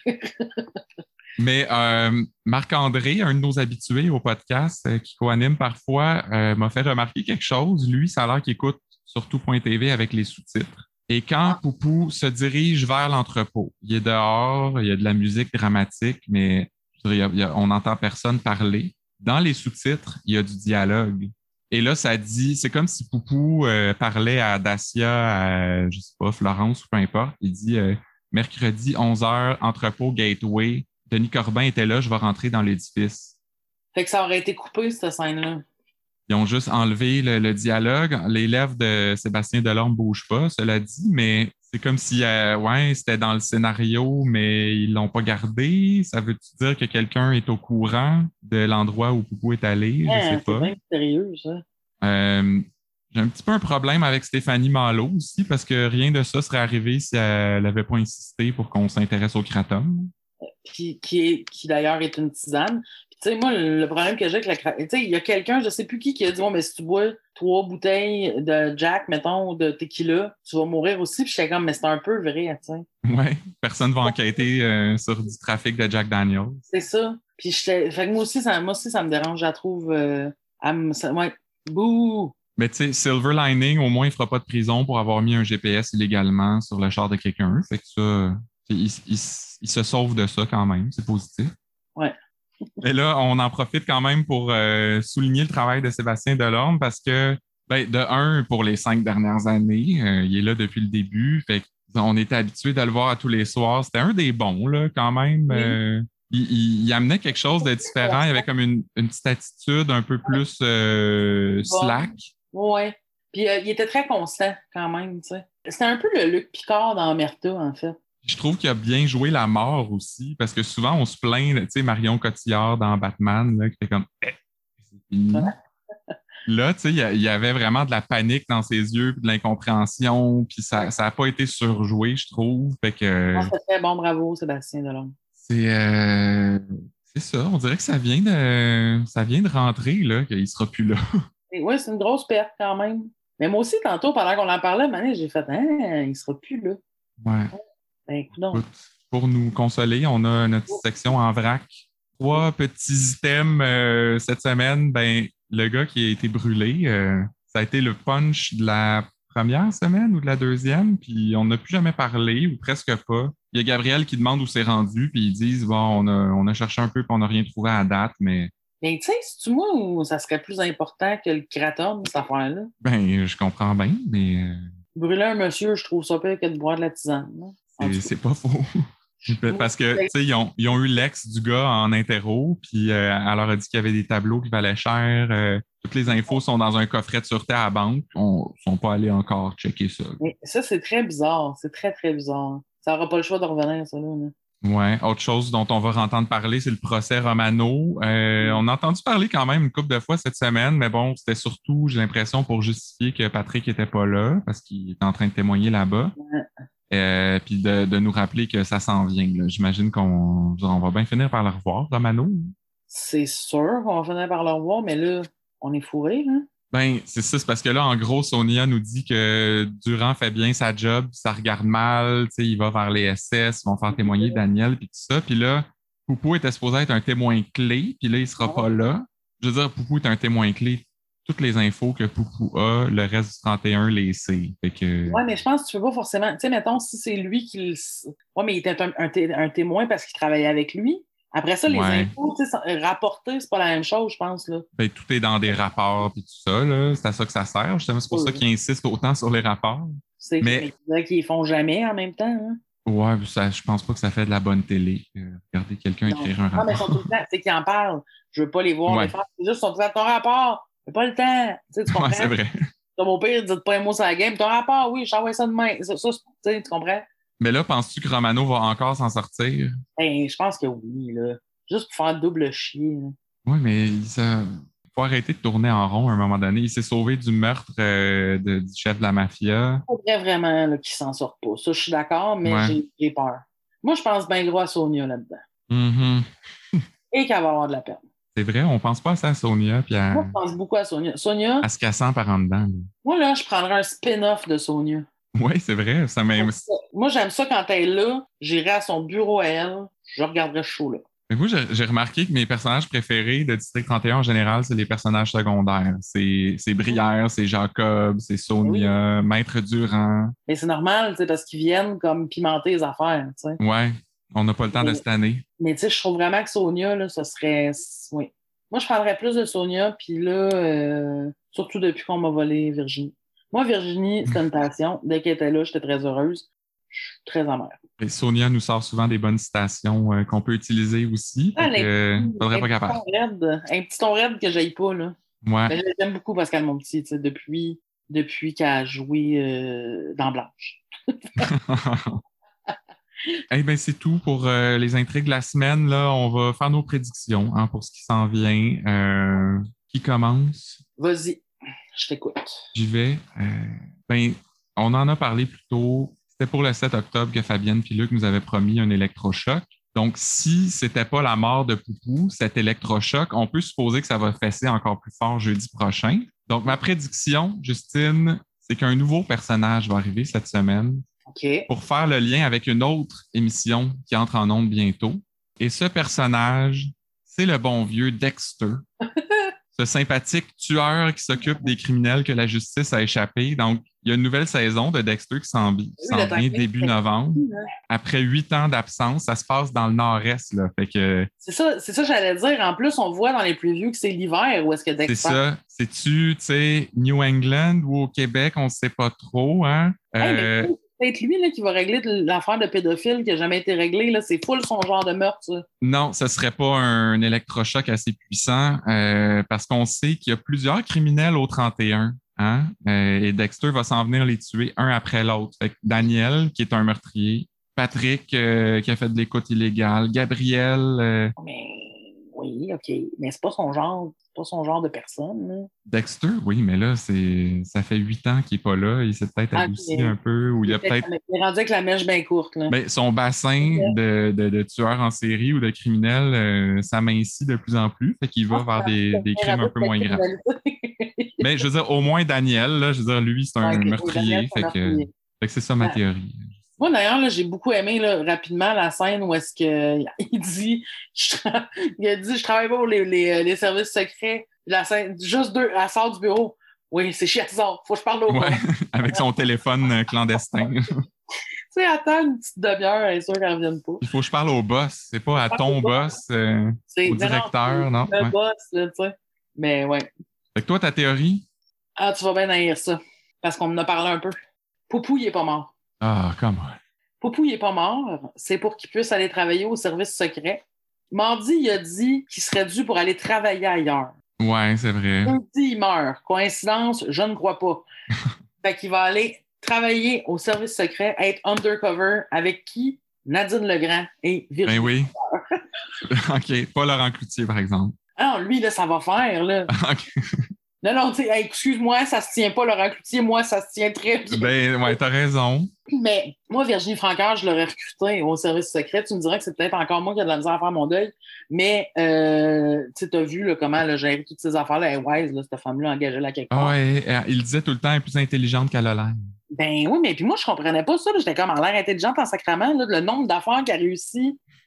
Mais Marc-André, un de nos habitués au podcast qui co-anime parfois, m'a fait remarquer quelque chose. Lui, ça a l'air qu'il écoute surtout.tv avec les sous-titres. Et quand Poupou se dirige vers l'entrepôt, il est dehors, il y a de la musique dramatique, mais on n'entend personne parler. Dans les sous-titres, il y a du dialogue. Et là, ça dit, c'est comme si Poupou parlait à Dacia, à, je sais pas, Florence ou peu importe. Il dit mercredi 11h, entrepôt Gateway. Denis Corbin était là, je vais rentrer dans l'édifice. Fait que ça aurait été coupé, cette scène-là. Ils ont juste enlevé le dialogue. Les lèvres de Sébastien Delorme ne bougent pas, cela dit, mais c'est comme si ouais, c'était dans le scénario, mais ils l'ont pas gardé. Ça veut-tu dire que quelqu'un est au courant de l'endroit où Poupou est allé? Je sais pas. C'est bien sérieux, ça. J'ai un petit peu un problème avec Stéphanie Malo aussi, parce que rien de ça serait arrivé si elle n'avait pas insisté pour qu'on s'intéresse au kratom. Qui d'ailleurs est une tisane. Puis, tu sais, moi, le problème que j'ai avec la. Tu sais, il y a quelqu'un, je sais plus qui a dit, bon, mais si tu bois 3 bouteilles de Jack, mettons, ou de tequila, tu vas mourir aussi. Puis, j'étais comme, mais c'est un peu vrai, tu sais. Ouais, personne ne va enquêter sur du trafic de Jack Daniels. C'est ça. Puis, fait que moi aussi, ça me dérange, je la trouve. Ouais, bouh! Mais tu sais, Silver Lining, au moins, il ne fera pas de prison pour avoir mis un GPS illégalement sur le char de quelqu'un. Fait que ça, il se sauve de ça quand même. C'est positif. Ouais. Et là, on en profite quand même pour souligner le travail de Sébastien Delorme parce que, ben, de un, pour les 5 dernières années, il est là depuis le début. Fait qu'on était habitué de le voir à tous les soirs. C'était un des bons, là, quand même. Oui. Il amenait quelque chose de différent. Il avait comme une petite attitude un peu plus slack. Ouais. Puis il était très constant quand même, tu sais. C'était un peu le Luc Picard dans Omerta, en fait. Je trouve qu'il a bien joué la mort aussi, parce que souvent on se plaint, tu sais, Marion Cotillard dans Batman, là, qui fait comme c'est fini. Là, tu sais, il y avait vraiment de la panique dans ses yeux, puis de l'incompréhension, puis ça n'a pas été surjoué, je trouve. Fait que C'est très bon, bravo, Sébastien Delorme. C'est ça, on dirait que ça vient de rentrer, là, qu'il sera plus là. Oui, c'est une grosse perte quand même. Mais moi aussi, tantôt, pendant qu'on en parlait, j'ai fait il sera plus là. Ouais. Ben, écoute, pour nous consoler, on a notre section en vrac. 3 petits items cette semaine. Ben, le gars qui a été brûlé, ça a été le punch de la première semaine ou de la deuxième, puis on n'a plus jamais parlé, ou presque pas. Il y a Gabriel qui demande où c'est rendu, puis ils disent, bon, on a cherché un peu, puis on n'a rien trouvé à date, mais... Mais tu sais, c'est-tu moi ou ça serait plus important que le kratom, cette affaire-là? Ben, je comprends bien, mais... Brûler un monsieur, je trouve ça pire que de boire de la tisane. C'est pas faux. Parce que, tu sais, ils ont eu l'ex du gars en interro, puis elle leur a dit qu'il y avait des tableaux qui valaient cher. Toutes les infos sont dans un coffret de sûreté à la banque. On ne sont pas allés encore checker ça. Mais ça, c'est très bizarre. C'est très, très bizarre. Ça n'aura pas le choix de revenir, ça, là. Ouais. Autre chose dont on va entendre parler, c'est le procès Romano. On a entendu parler quand même une couple de fois cette semaine, mais bon, c'était surtout, j'ai l'impression, pour justifier que Patrick n'était pas là, parce qu'il était en train de témoigner là-bas. Puis de nous rappeler que ça s'en vient. J'imagine qu'on va bien finir par le revoir, Romano. C'est sûr qu'on va finir par le revoir, mais là, on est fourré, là. Ben, c'est ça, c'est parce que là, en gros, Sonia nous dit que Durand fait bien sa job, ça regarde mal, tu sais, il va vers les SS, ils vont faire témoigner Daniel, puis tout ça. Puis là, Poupou était supposé être un témoin clé, puis là, il sera pas là. Je veux dire, Poupou est un témoin clé. Toutes les infos que Poupou a, le reste du 31 les sait. Fait que... Ouais, mais je pense que tu peux pas forcément. Tu sais, mettons, si c'est lui qui le. Ouais, mais il était un témoin parce qu'il travaillait avec lui. Après ça, les Ouais. infos, tu sais, rapporter, c'est pas la même chose, je pense, là. Ben, tout est dans des rapports puis tout ça, là. C'est à ça que ça sert. Justement, c'est pour ça qu'il insiste autant sur les rapports. Mais tu dirais qu'ils font jamais en même temps, hein? Ouais, ça, je pense pas que ça fait de la bonne télé. Regarder quelqu'un écrire un rapport. Non, mais ils sont tout le temps, c'est qu'ils en parlent. Je veux pas les voir les faire. C'est juste, ils sont tout le temps, ton rapport, j'ai pas le temps. Tu comprends? Ouais, c'est vrai. Comme au pire, dites pas un mot sur la game. Ton rapport, oui, je t'envoie ça demain. Tu comprends? Mais là, penses-tu que Romano va encore s'en sortir? Ben, je pense que oui, là. Juste pour faire double chier. Oui, mais ça... faut arrêter de tourner en rond à un moment donné. Il s'est sauvé du meurtre du chef de la mafia. Il faudrait vraiment qu'il s'en sorte pas. Ça, je suis d'accord, mais j'ai peur. Moi, je pense bien gros à Sonia là-dedans. Mm-hmm. Et qu'elle va avoir de la peine. C'est vrai, on pense pas assez à Sonia. Puis à... Moi, je pense beaucoup à Sonia. Sonia. À se cassant par en dedans. Là. Moi, là, je prendrais un spin-off de Sonia. Oui, c'est vrai. Ça même... Moi, j'aime ça quand elle est là. J'irai à son bureau à elle. Je regarderai ce show-là. Mais moi, j'ai remarqué que mes personnages préférés de District 31 en général, c'est les personnages secondaires. C'est Brière, c'est Jacob, c'est Sonia, oui. Maître Durand. Mais c'est normal, parce qu'ils viennent comme pimenter les affaires. T'sais. Ouais, on n'a pas le temps de cette année. Mais je trouve vraiment que Sonia, là, ce serait... Oui. Moi, je parlerais plus de Sonia, puis là, surtout depuis qu'on m'a volé Virginie. Moi, Virginie, c'était une passion. Dès qu'elle était là, j'étais très heureuse. Je suis très amère. Et Sonia nous sort souvent des bonnes citations qu'on peut utiliser aussi. Faudrait pas capable. Un petit ton raide que j'aille pas, là. Ouais. Mais j'aime beaucoup Pascal Monpetit, depuis qu'elle a joué dans Blanche. Eh bien, c'est tout pour les intrigues de la semaine. Là, on va faire nos prédictions pour ce qui s'en vient. Qui commence? Vas-y, je t'écoute. J'y vais. On en a parlé plus tôt. C'était pour le 7 octobre que Fabienne et Luc nous avaient promis un électrochoc. Donc, si c'était pas la mort de Poupou, cet électrochoc, on peut supposer que ça va fesser encore plus fort jeudi prochain. Donc, ma prédiction, Justine, c'est qu'un nouveau personnage va arriver cette semaine. Okay. Pour faire le lien avec une autre émission qui entre en ondes bientôt. Et ce personnage, c'est le bon vieux Dexter. Ce sympathique tueur qui s'occupe des criminels que la justice a échappé. Donc, il y a une nouvelle saison de Dexter qui s'en vient début novembre. Après 8 ans d'absence, ça se passe dans le nord-est. Là. Fait que... C'est ça j'allais dire. En plus, on voit dans les previews que c'est l'hiver où est-ce que Dexter... C'est ça. C'est-tu, tu sais, New England ou au Québec, on ne sait pas trop. Hein? C'est lui là, qui va régler l'affaire de pédophile qui n'a jamais été réglée. Là. C'est full son genre de meurtre, ça. Non, ce ne serait pas un électrochoc assez puissant parce qu'on sait qu'il y a plusieurs criminels au 31. Hein? Et Dexter va s'en venir les tuer un après l'autre. Fait que Daniel, qui est un meurtrier, Patrick, qui a fait de l'écoute illégale, Gabriel... Oui, OK. Mais c'est pas son genre. C'est pas son genre de personne. Là. Dexter, oui, mais là, ça fait 8 ans qu'il n'est pas là. Il s'est peut-être adouci un peu. Ou il est rendu avec la mèche bien courte. Là. Ben, son bassin de tueurs en série ou de criminels s'amincit de plus en plus. Fait qu'il va vers des crimes un peu moins graves. Mais je veux dire, au moins Daniel, là, je veux dire, lui, c'est un meurtrier. Fait que c'est ça ma théorie. Moi, d'ailleurs, là, j'ai beaucoup aimé là, rapidement la scène où est-ce qu'il dit je travaille pas pour les services secrets. La scène, juste elle sort du bureau. Oui, c'est chiasson. Faut que je parle au ouais, avec son téléphone clandestin. Tu sais, attends une petite demi-heure, elle est sûre qu'elle ne revienne pas. Il faut que je parle au boss. C'est pas à ton boss, au directeur, non? Le boss, là, tu sais. Mais ouais. Fait que toi, ta théorie? Ah, tu vas bien haïr ça. Parce qu'on en a parlé un peu. Poupou, il est pas mort. Ah, comment? Poupou, il n'est pas mort. C'est pour qu'il puisse aller travailler au service secret. Mardi, il a dit qu'il serait dû pour aller travailler ailleurs. Ouais, c'est vrai. Lundi, il meurt. Coïncidence? Je ne crois pas. Fait qu'il va aller travailler au service secret, être undercover avec qui? Nadine Legrand et Virginie. Ben oui. OK. Pas Laurent Cloutier, par exemple. Ah non, lui, là, ça va faire, là. OK. Non, tu sais, hey, excuse-moi, ça se tient pas, Laurent Cloutier. Moi, ça se tient très bien. Ben, ouais, t'as raison. Mais moi, Virginie Francoeur, je l'aurais recrutée au service secret. Tu me dirais que c'est peut-être encore moi qui ai de la misère à faire mon deuil. Mais, tu as vu là, comment elle a géré toutes ces affaires-là. Elle est wise, là, cette femme-là, engagée-la quelque part. Ah ouais, il disait tout le temps, elle est plus intelligente qu'elle a l'air. Ben oui, mais puis moi, je comprenais pas ça. J'étais comme en l'air intelligente en sacrament. Là, le nombre d'affaires qu'elle a réussi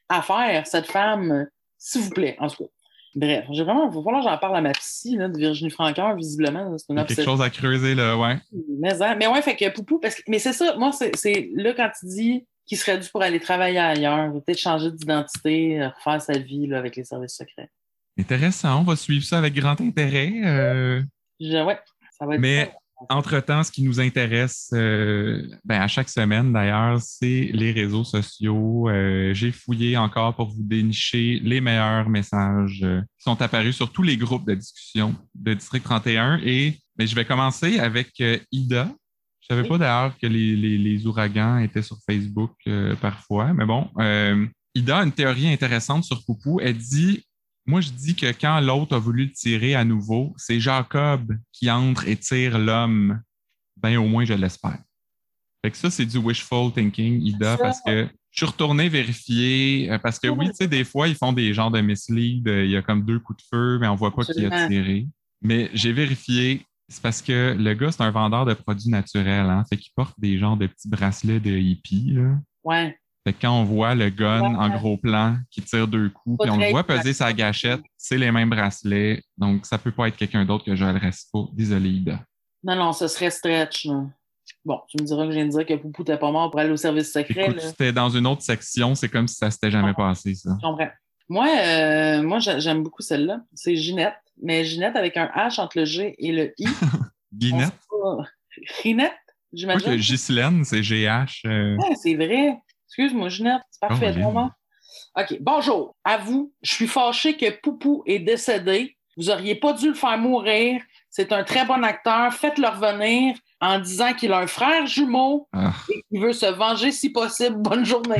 à faire, cette femme, s'il vous plaît, en tout cas. Bref, il va falloir que j'en parle à ma psy, là, de Virginie Francoeur, visiblement. C'est une Il y a quelque chose à creuser, là, ouais. Mais ouais, fait que Poupou, mais c'est ça, moi, c'est là quand tu dis qu'il serait dû pour aller travailler ailleurs, peut-être changer d'identité, refaire sa vie là, avec les services secrets. Intéressant, on va suivre ça avec grand intérêt. Ouais, ça va être Mais ça. entre-temps, ce qui nous intéresse à chaque semaine d'ailleurs, c'est les réseaux sociaux. J'ai fouillé encore pour vous dénicher les meilleurs messages qui sont apparus sur tous les groupes de discussion de District 31. Mais je vais commencer avec Ida. Je savais pas d'ailleurs que les ouragans étaient sur Facebook parfois, mais bon. Ida a une théorie intéressante sur Poupou. Elle dit moi, je dis que quand l'autre a voulu le tirer à nouveau, c'est Jacob qui entre et tire l'homme. Ben, au moins, je l'espère. Fait que ça, c'est du wishful thinking, Ida, parce que je suis retourné vérifier, parce que oui, tu sais, des fois, ils font des genres de mislead, il y a comme 2 coups de feu, mais on voit pas qui a tiré. Mais j'ai vérifié, c'est parce que le gars, c'est un vendeur de produits naturels, hein, fait qu'il porte des genres de petits bracelets de hippie, là. Ouais. Fait que quand on voit le gun en gros plan qui tire 2 coups, puis on le voit peser sa gâchette, c'est les mêmes bracelets. Donc, ça peut pas être quelqu'un d'autre que je le reste pas. Désolé, Ida. Non, ce serait stretch. Là. Bon, tu me diras que je viens de dire que Poupou t'es pas mort pour aller au service secret. Écoute, c'était dans une autre section, c'est comme si ça s'était jamais passé, ça. Je comprends. Moi, j'aime beaucoup celle-là. C'est Ginette, mais Ginette avec un H entre le G et le I. Guinette? Ginette, j'imagine. Moi, que Ghislaine, c'est GH. Ouais, c'est vrai. Excuse-moi, Ginette, c'est parfait. OK, bonjour. À vous, je suis fâchée que Poupou est décédé. Vous auriez pas dû le faire mourir. C'est un très bon acteur. Faites-le revenir en disant qu'il a un frère jumeau et qu'il veut se venger si possible. Bonne journée.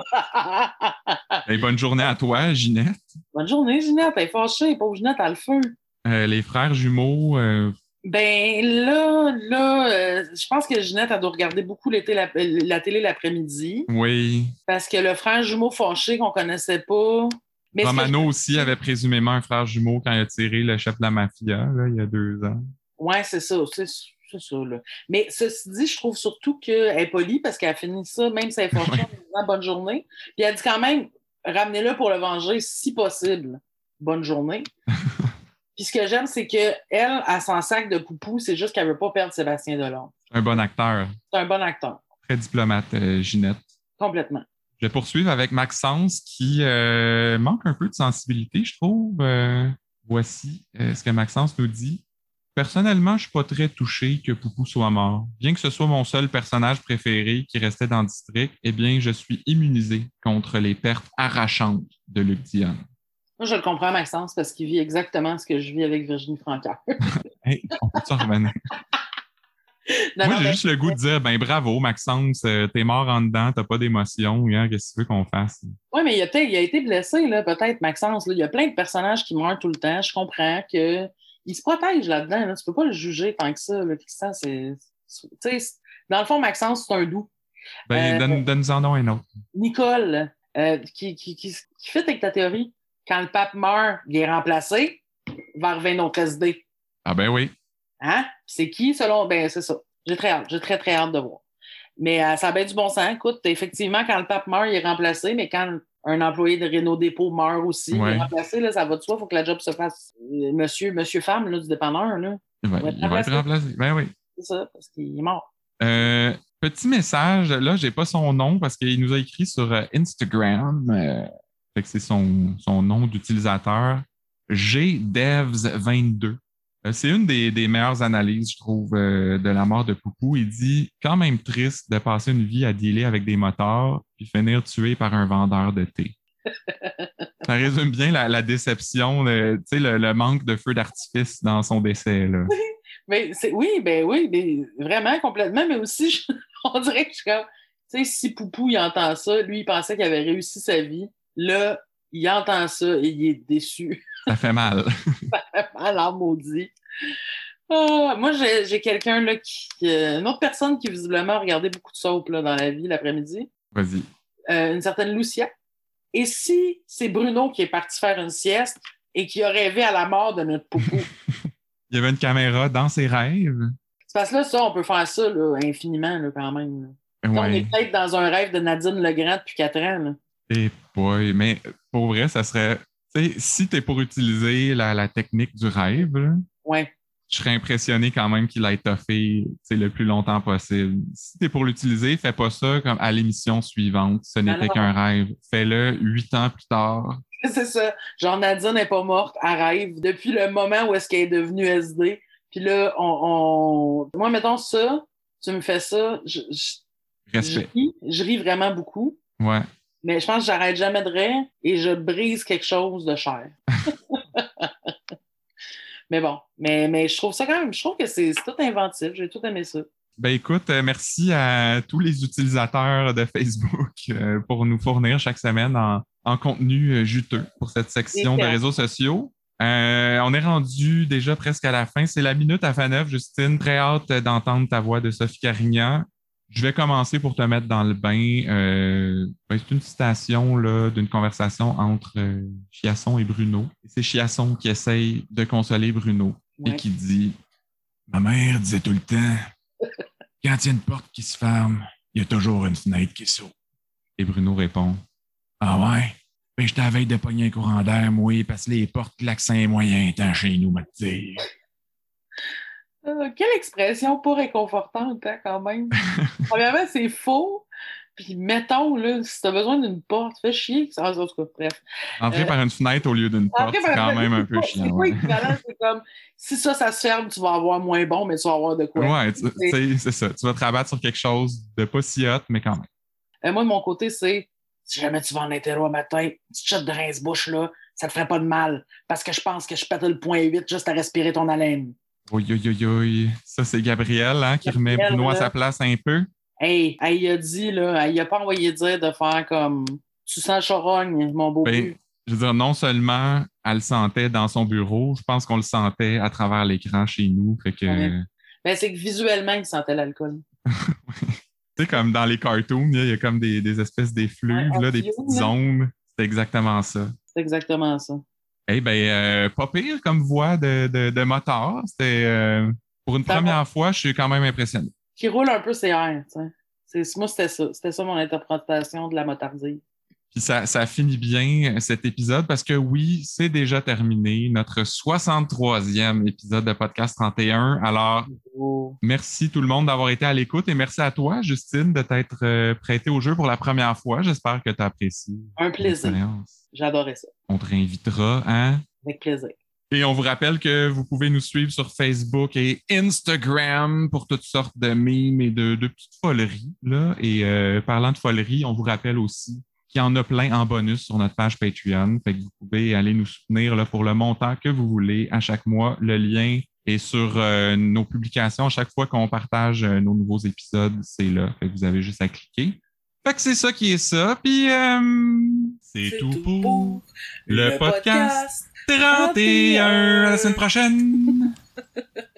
Et bonne journée à toi, Ginette. Bonne journée, Ginette. Elle est fâchée. Pauvre Ginette, elle a le feu. Les frères jumeaux... Ben là, je pense que Ginette, elle doit regarder beaucoup la télé l'après-midi. Oui. Parce que le frère jumeau fâché qu'on connaissait pas... Mais Romano aussi avait présumément un frère jumeau quand il a tiré le chef de la mafia, là, il y a 2 ans. Oui, c'est ça. C'est ça, là. Mais ceci dit, je trouve surtout qu'elle est polie parce qu'elle a fini ça, même si elle est fâchée, en disant bonne journée. Puis elle dit quand même, ramenez-le pour le venger si possible. Bonne journée. Puis ce que j'aime, c'est qu'elle, à son sac de Poupou, c'est juste qu'elle veut pas perdre Sébastien Delorme. C'est un bon acteur. C'est un bon acteur. Très diplomate, Ginette. Complètement. Je vais poursuivre avec Maxence qui manque un peu de sensibilité, je trouve. Voici ce que Maxence nous dit. Personnellement, je ne suis pas très touché que Poupou soit mort. Bien que ce soit mon seul personnage préféré qui restait dans le district, eh bien, je suis immunisé contre les pertes arrachantes de Luc Dionne. Moi, je le comprends, Maxence, parce qu'il vit exactement ce que je vis avec Virginie Francoeur. Hey, on peut s'en revenir. Moi, j'ai juste le goût de dire, ben bravo, Maxence, t'es mort en dedans, t'as pas d'émotion, hein, qu'est-ce que tu veux qu'on fasse? Oui, mais il a été blessé, là, peut-être, Maxence. Là. Il y a plein de personnages qui meurent tout le temps. Je comprends qu'il se protège là-dedans. Là. Tu peux pas le juger tant que ça. Là. Dans le fond, Maxence, c'est un doux. Ben, donne-nous-en donc un autre. Nicole, qui fit avec ta théorie. Quand le pape meurt, il est remplacé, vers 20 autres SD. Ah ben oui. Hein? C'est qui, selon... Ben, c'est ça. J'ai très hâte de voir. Mais ça a bien du bon sens. Écoute, effectivement, quand le pape meurt, il est remplacé, mais quand un employé de Renault Dépôt meurt aussi, il est remplacé, là, ça va de soi, il faut que la job se fasse. Monsieur femme, là, du dépanneur, là. Il va être remplacé. Ben oui. C'est ça, parce qu'il est mort. Petit message, là, j'ai pas son nom parce qu'il nous a écrit sur Instagram. Fait que c'est son nom d'utilisateur. GDevs22. C'est une des meilleures analyses, je trouve, de la mort de Poupou. Il dit « Quand même triste de passer une vie à dealer avec des motards puis finir tué par un vendeur de thé. » Ça résume bien la déception, le manque de feu d'artifice dans son décès. Là. Mais oui, mais vraiment, complètement. Mais aussi, on dirait que je suis comme... Tu sais, si Poupou, il entend ça, lui, il pensait qu'il avait réussi sa vie. Là, il entend ça et il est déçu. Ça fait mal. Ça fait mal en maudit. Moi, j'ai quelqu'un, là, une autre personne qui, visiblement, a regardé beaucoup de soap là, dans la vie l'après-midi. Vas-y. Une certaine Lucia. Et si c'est Bruno qui est parti faire une sieste et qui a rêvé à la mort de notre Poupou? Il y avait une caméra dans ses rêves. C'est parce que là, ça, on peut faire ça là, infiniment là, quand même. Là. Ouais. On est peut-être dans un rêve de Nadine Legrand depuis 4 ans. Là. Et boy, mais pour vrai, ça serait. Tu sais, si t'es pour utiliser la technique du rêve, là, Ouais. je serais impressionné quand même qu'il ait toffé tu sais, le plus longtemps possible. Si t'es pour l'utiliser, fais pas ça comme à l'émission suivante. Ce Non, n'était qu'un non. rêve. Fais-le 8 ans plus tard. C'est ça. Genre, Nadia n'est pas morte, elle rêve depuis le moment où est-ce qu'elle est devenue SD. Puis là, moi, mettons ça, tu me fais ça, Respect. je ris vraiment beaucoup, Ouais. mais je pense que j'arrête jamais de rire et je brise quelque chose de cher. Mais bon, mais je trouve ça quand même, je trouve que c'est tout inventif, j'ai tout aimé ça. Ben écoute, merci à tous les utilisateurs de Facebook pour nous fournir chaque semaine en contenu juteux pour cette section de Et, réseaux sociaux. On est rendu déjà presque à la fin. C'est la minute à Faneuf, Justine. Très hâte d'entendre ta voix de Sophie Carignan. Je vais commencer pour te mettre dans le bain. Ben, c'est une citation là, d'une conversation entre Chiasson et Bruno. C'est Chiasson qui essaye de consoler Bruno et ouais. qui dit Ma mère disait tout le temps quand il y a une porte qui se ferme, il y a toujours une fenêtre qui s'ouvre. Et Bruno répond Ah ouais? Ben, je t'avais de pogner un courant d'air, moi, parce que les portes claquent 5 moyens temps chez nous, me dire. Quelle expression pas réconfortante, hein, quand même. Premièrement, c'est faux. Puis mettons, là, si t'as besoin d'une porte, fais chier. En tout cas, bref. Entrer par une fenêtre au lieu d'une porte, Après, c'est quand même un peu c'est chiant. pas Ouais, équivalent, c'est comme si ça se ferme, tu vas avoir moins bon, mais tu vas avoir de quoi. ouais c'est ça. Tu vas te rabattre sur quelque chose de pas si hot, mais quand même. Moi, de mon côté, c'est si jamais tu vas en interro un matin, une petite shot de rince-bouche, là, ça te ferait pas de mal. Parce que je pense que je pète le point 8 juste à respirer ton haleine. Oui, oui, oui, oui. Ça, c'est Gabriel hein, qui remet Gabriel, Bruno à là, sa place un peu. hey, il a dit, là, il a pas envoyé dire de faire comme tu sens chorogne, mon beau Ben, but. je veux dire, non seulement elle le sentait dans son bureau, je pense qu'on le sentait à travers l'écran chez nous. Fait Ouais. que, Ben, c'est que visuellement, il sentait l'alcool. tu sais, comme dans les cartoons, il y a comme des espèces Ouais, d'effluves, en là, des bio, petites là, zones. C'est exactement ça. c'est exactement ça. Eh ben, pas pire comme voix de moteur. C'était, pour une Ça va- première fois, je suis quand même impressionné. Qui roule un peu ses airs, tu sais. Moi, c'était ça. C'était ça mon interprétation de la motardise. Puis ça finit bien cet épisode parce que oui, c'est déjà terminé, notre 63e épisode de Podcast 31. Alors, Oh. merci tout le monde d'avoir été à l'écoute et merci à toi, Justine, de t'être prêtée au jeu pour la première fois. J'espère que tu as apprécié Un plaisir. l'expérience. J'adorais ça. On te réinvitera, hein? Avec plaisir. Et on vous rappelle que vous pouvez nous suivre sur Facebook et Instagram pour toutes sortes de mimes et de petites foleries. Là. Et parlant de foleries, on vous rappelle aussi qu'il y en a plein en bonus sur notre page Patreon. Fait que vous pouvez aller nous soutenir là, pour le montant que vous voulez à chaque mois. Le lien est sur nos publications. À chaque fois qu'on partage nos nouveaux épisodes, c'est là. Fait que vous avez juste à cliquer. Fait que c'est ça qui est ça. Puis c'est tout pour le podcast 31. À la semaine prochaine.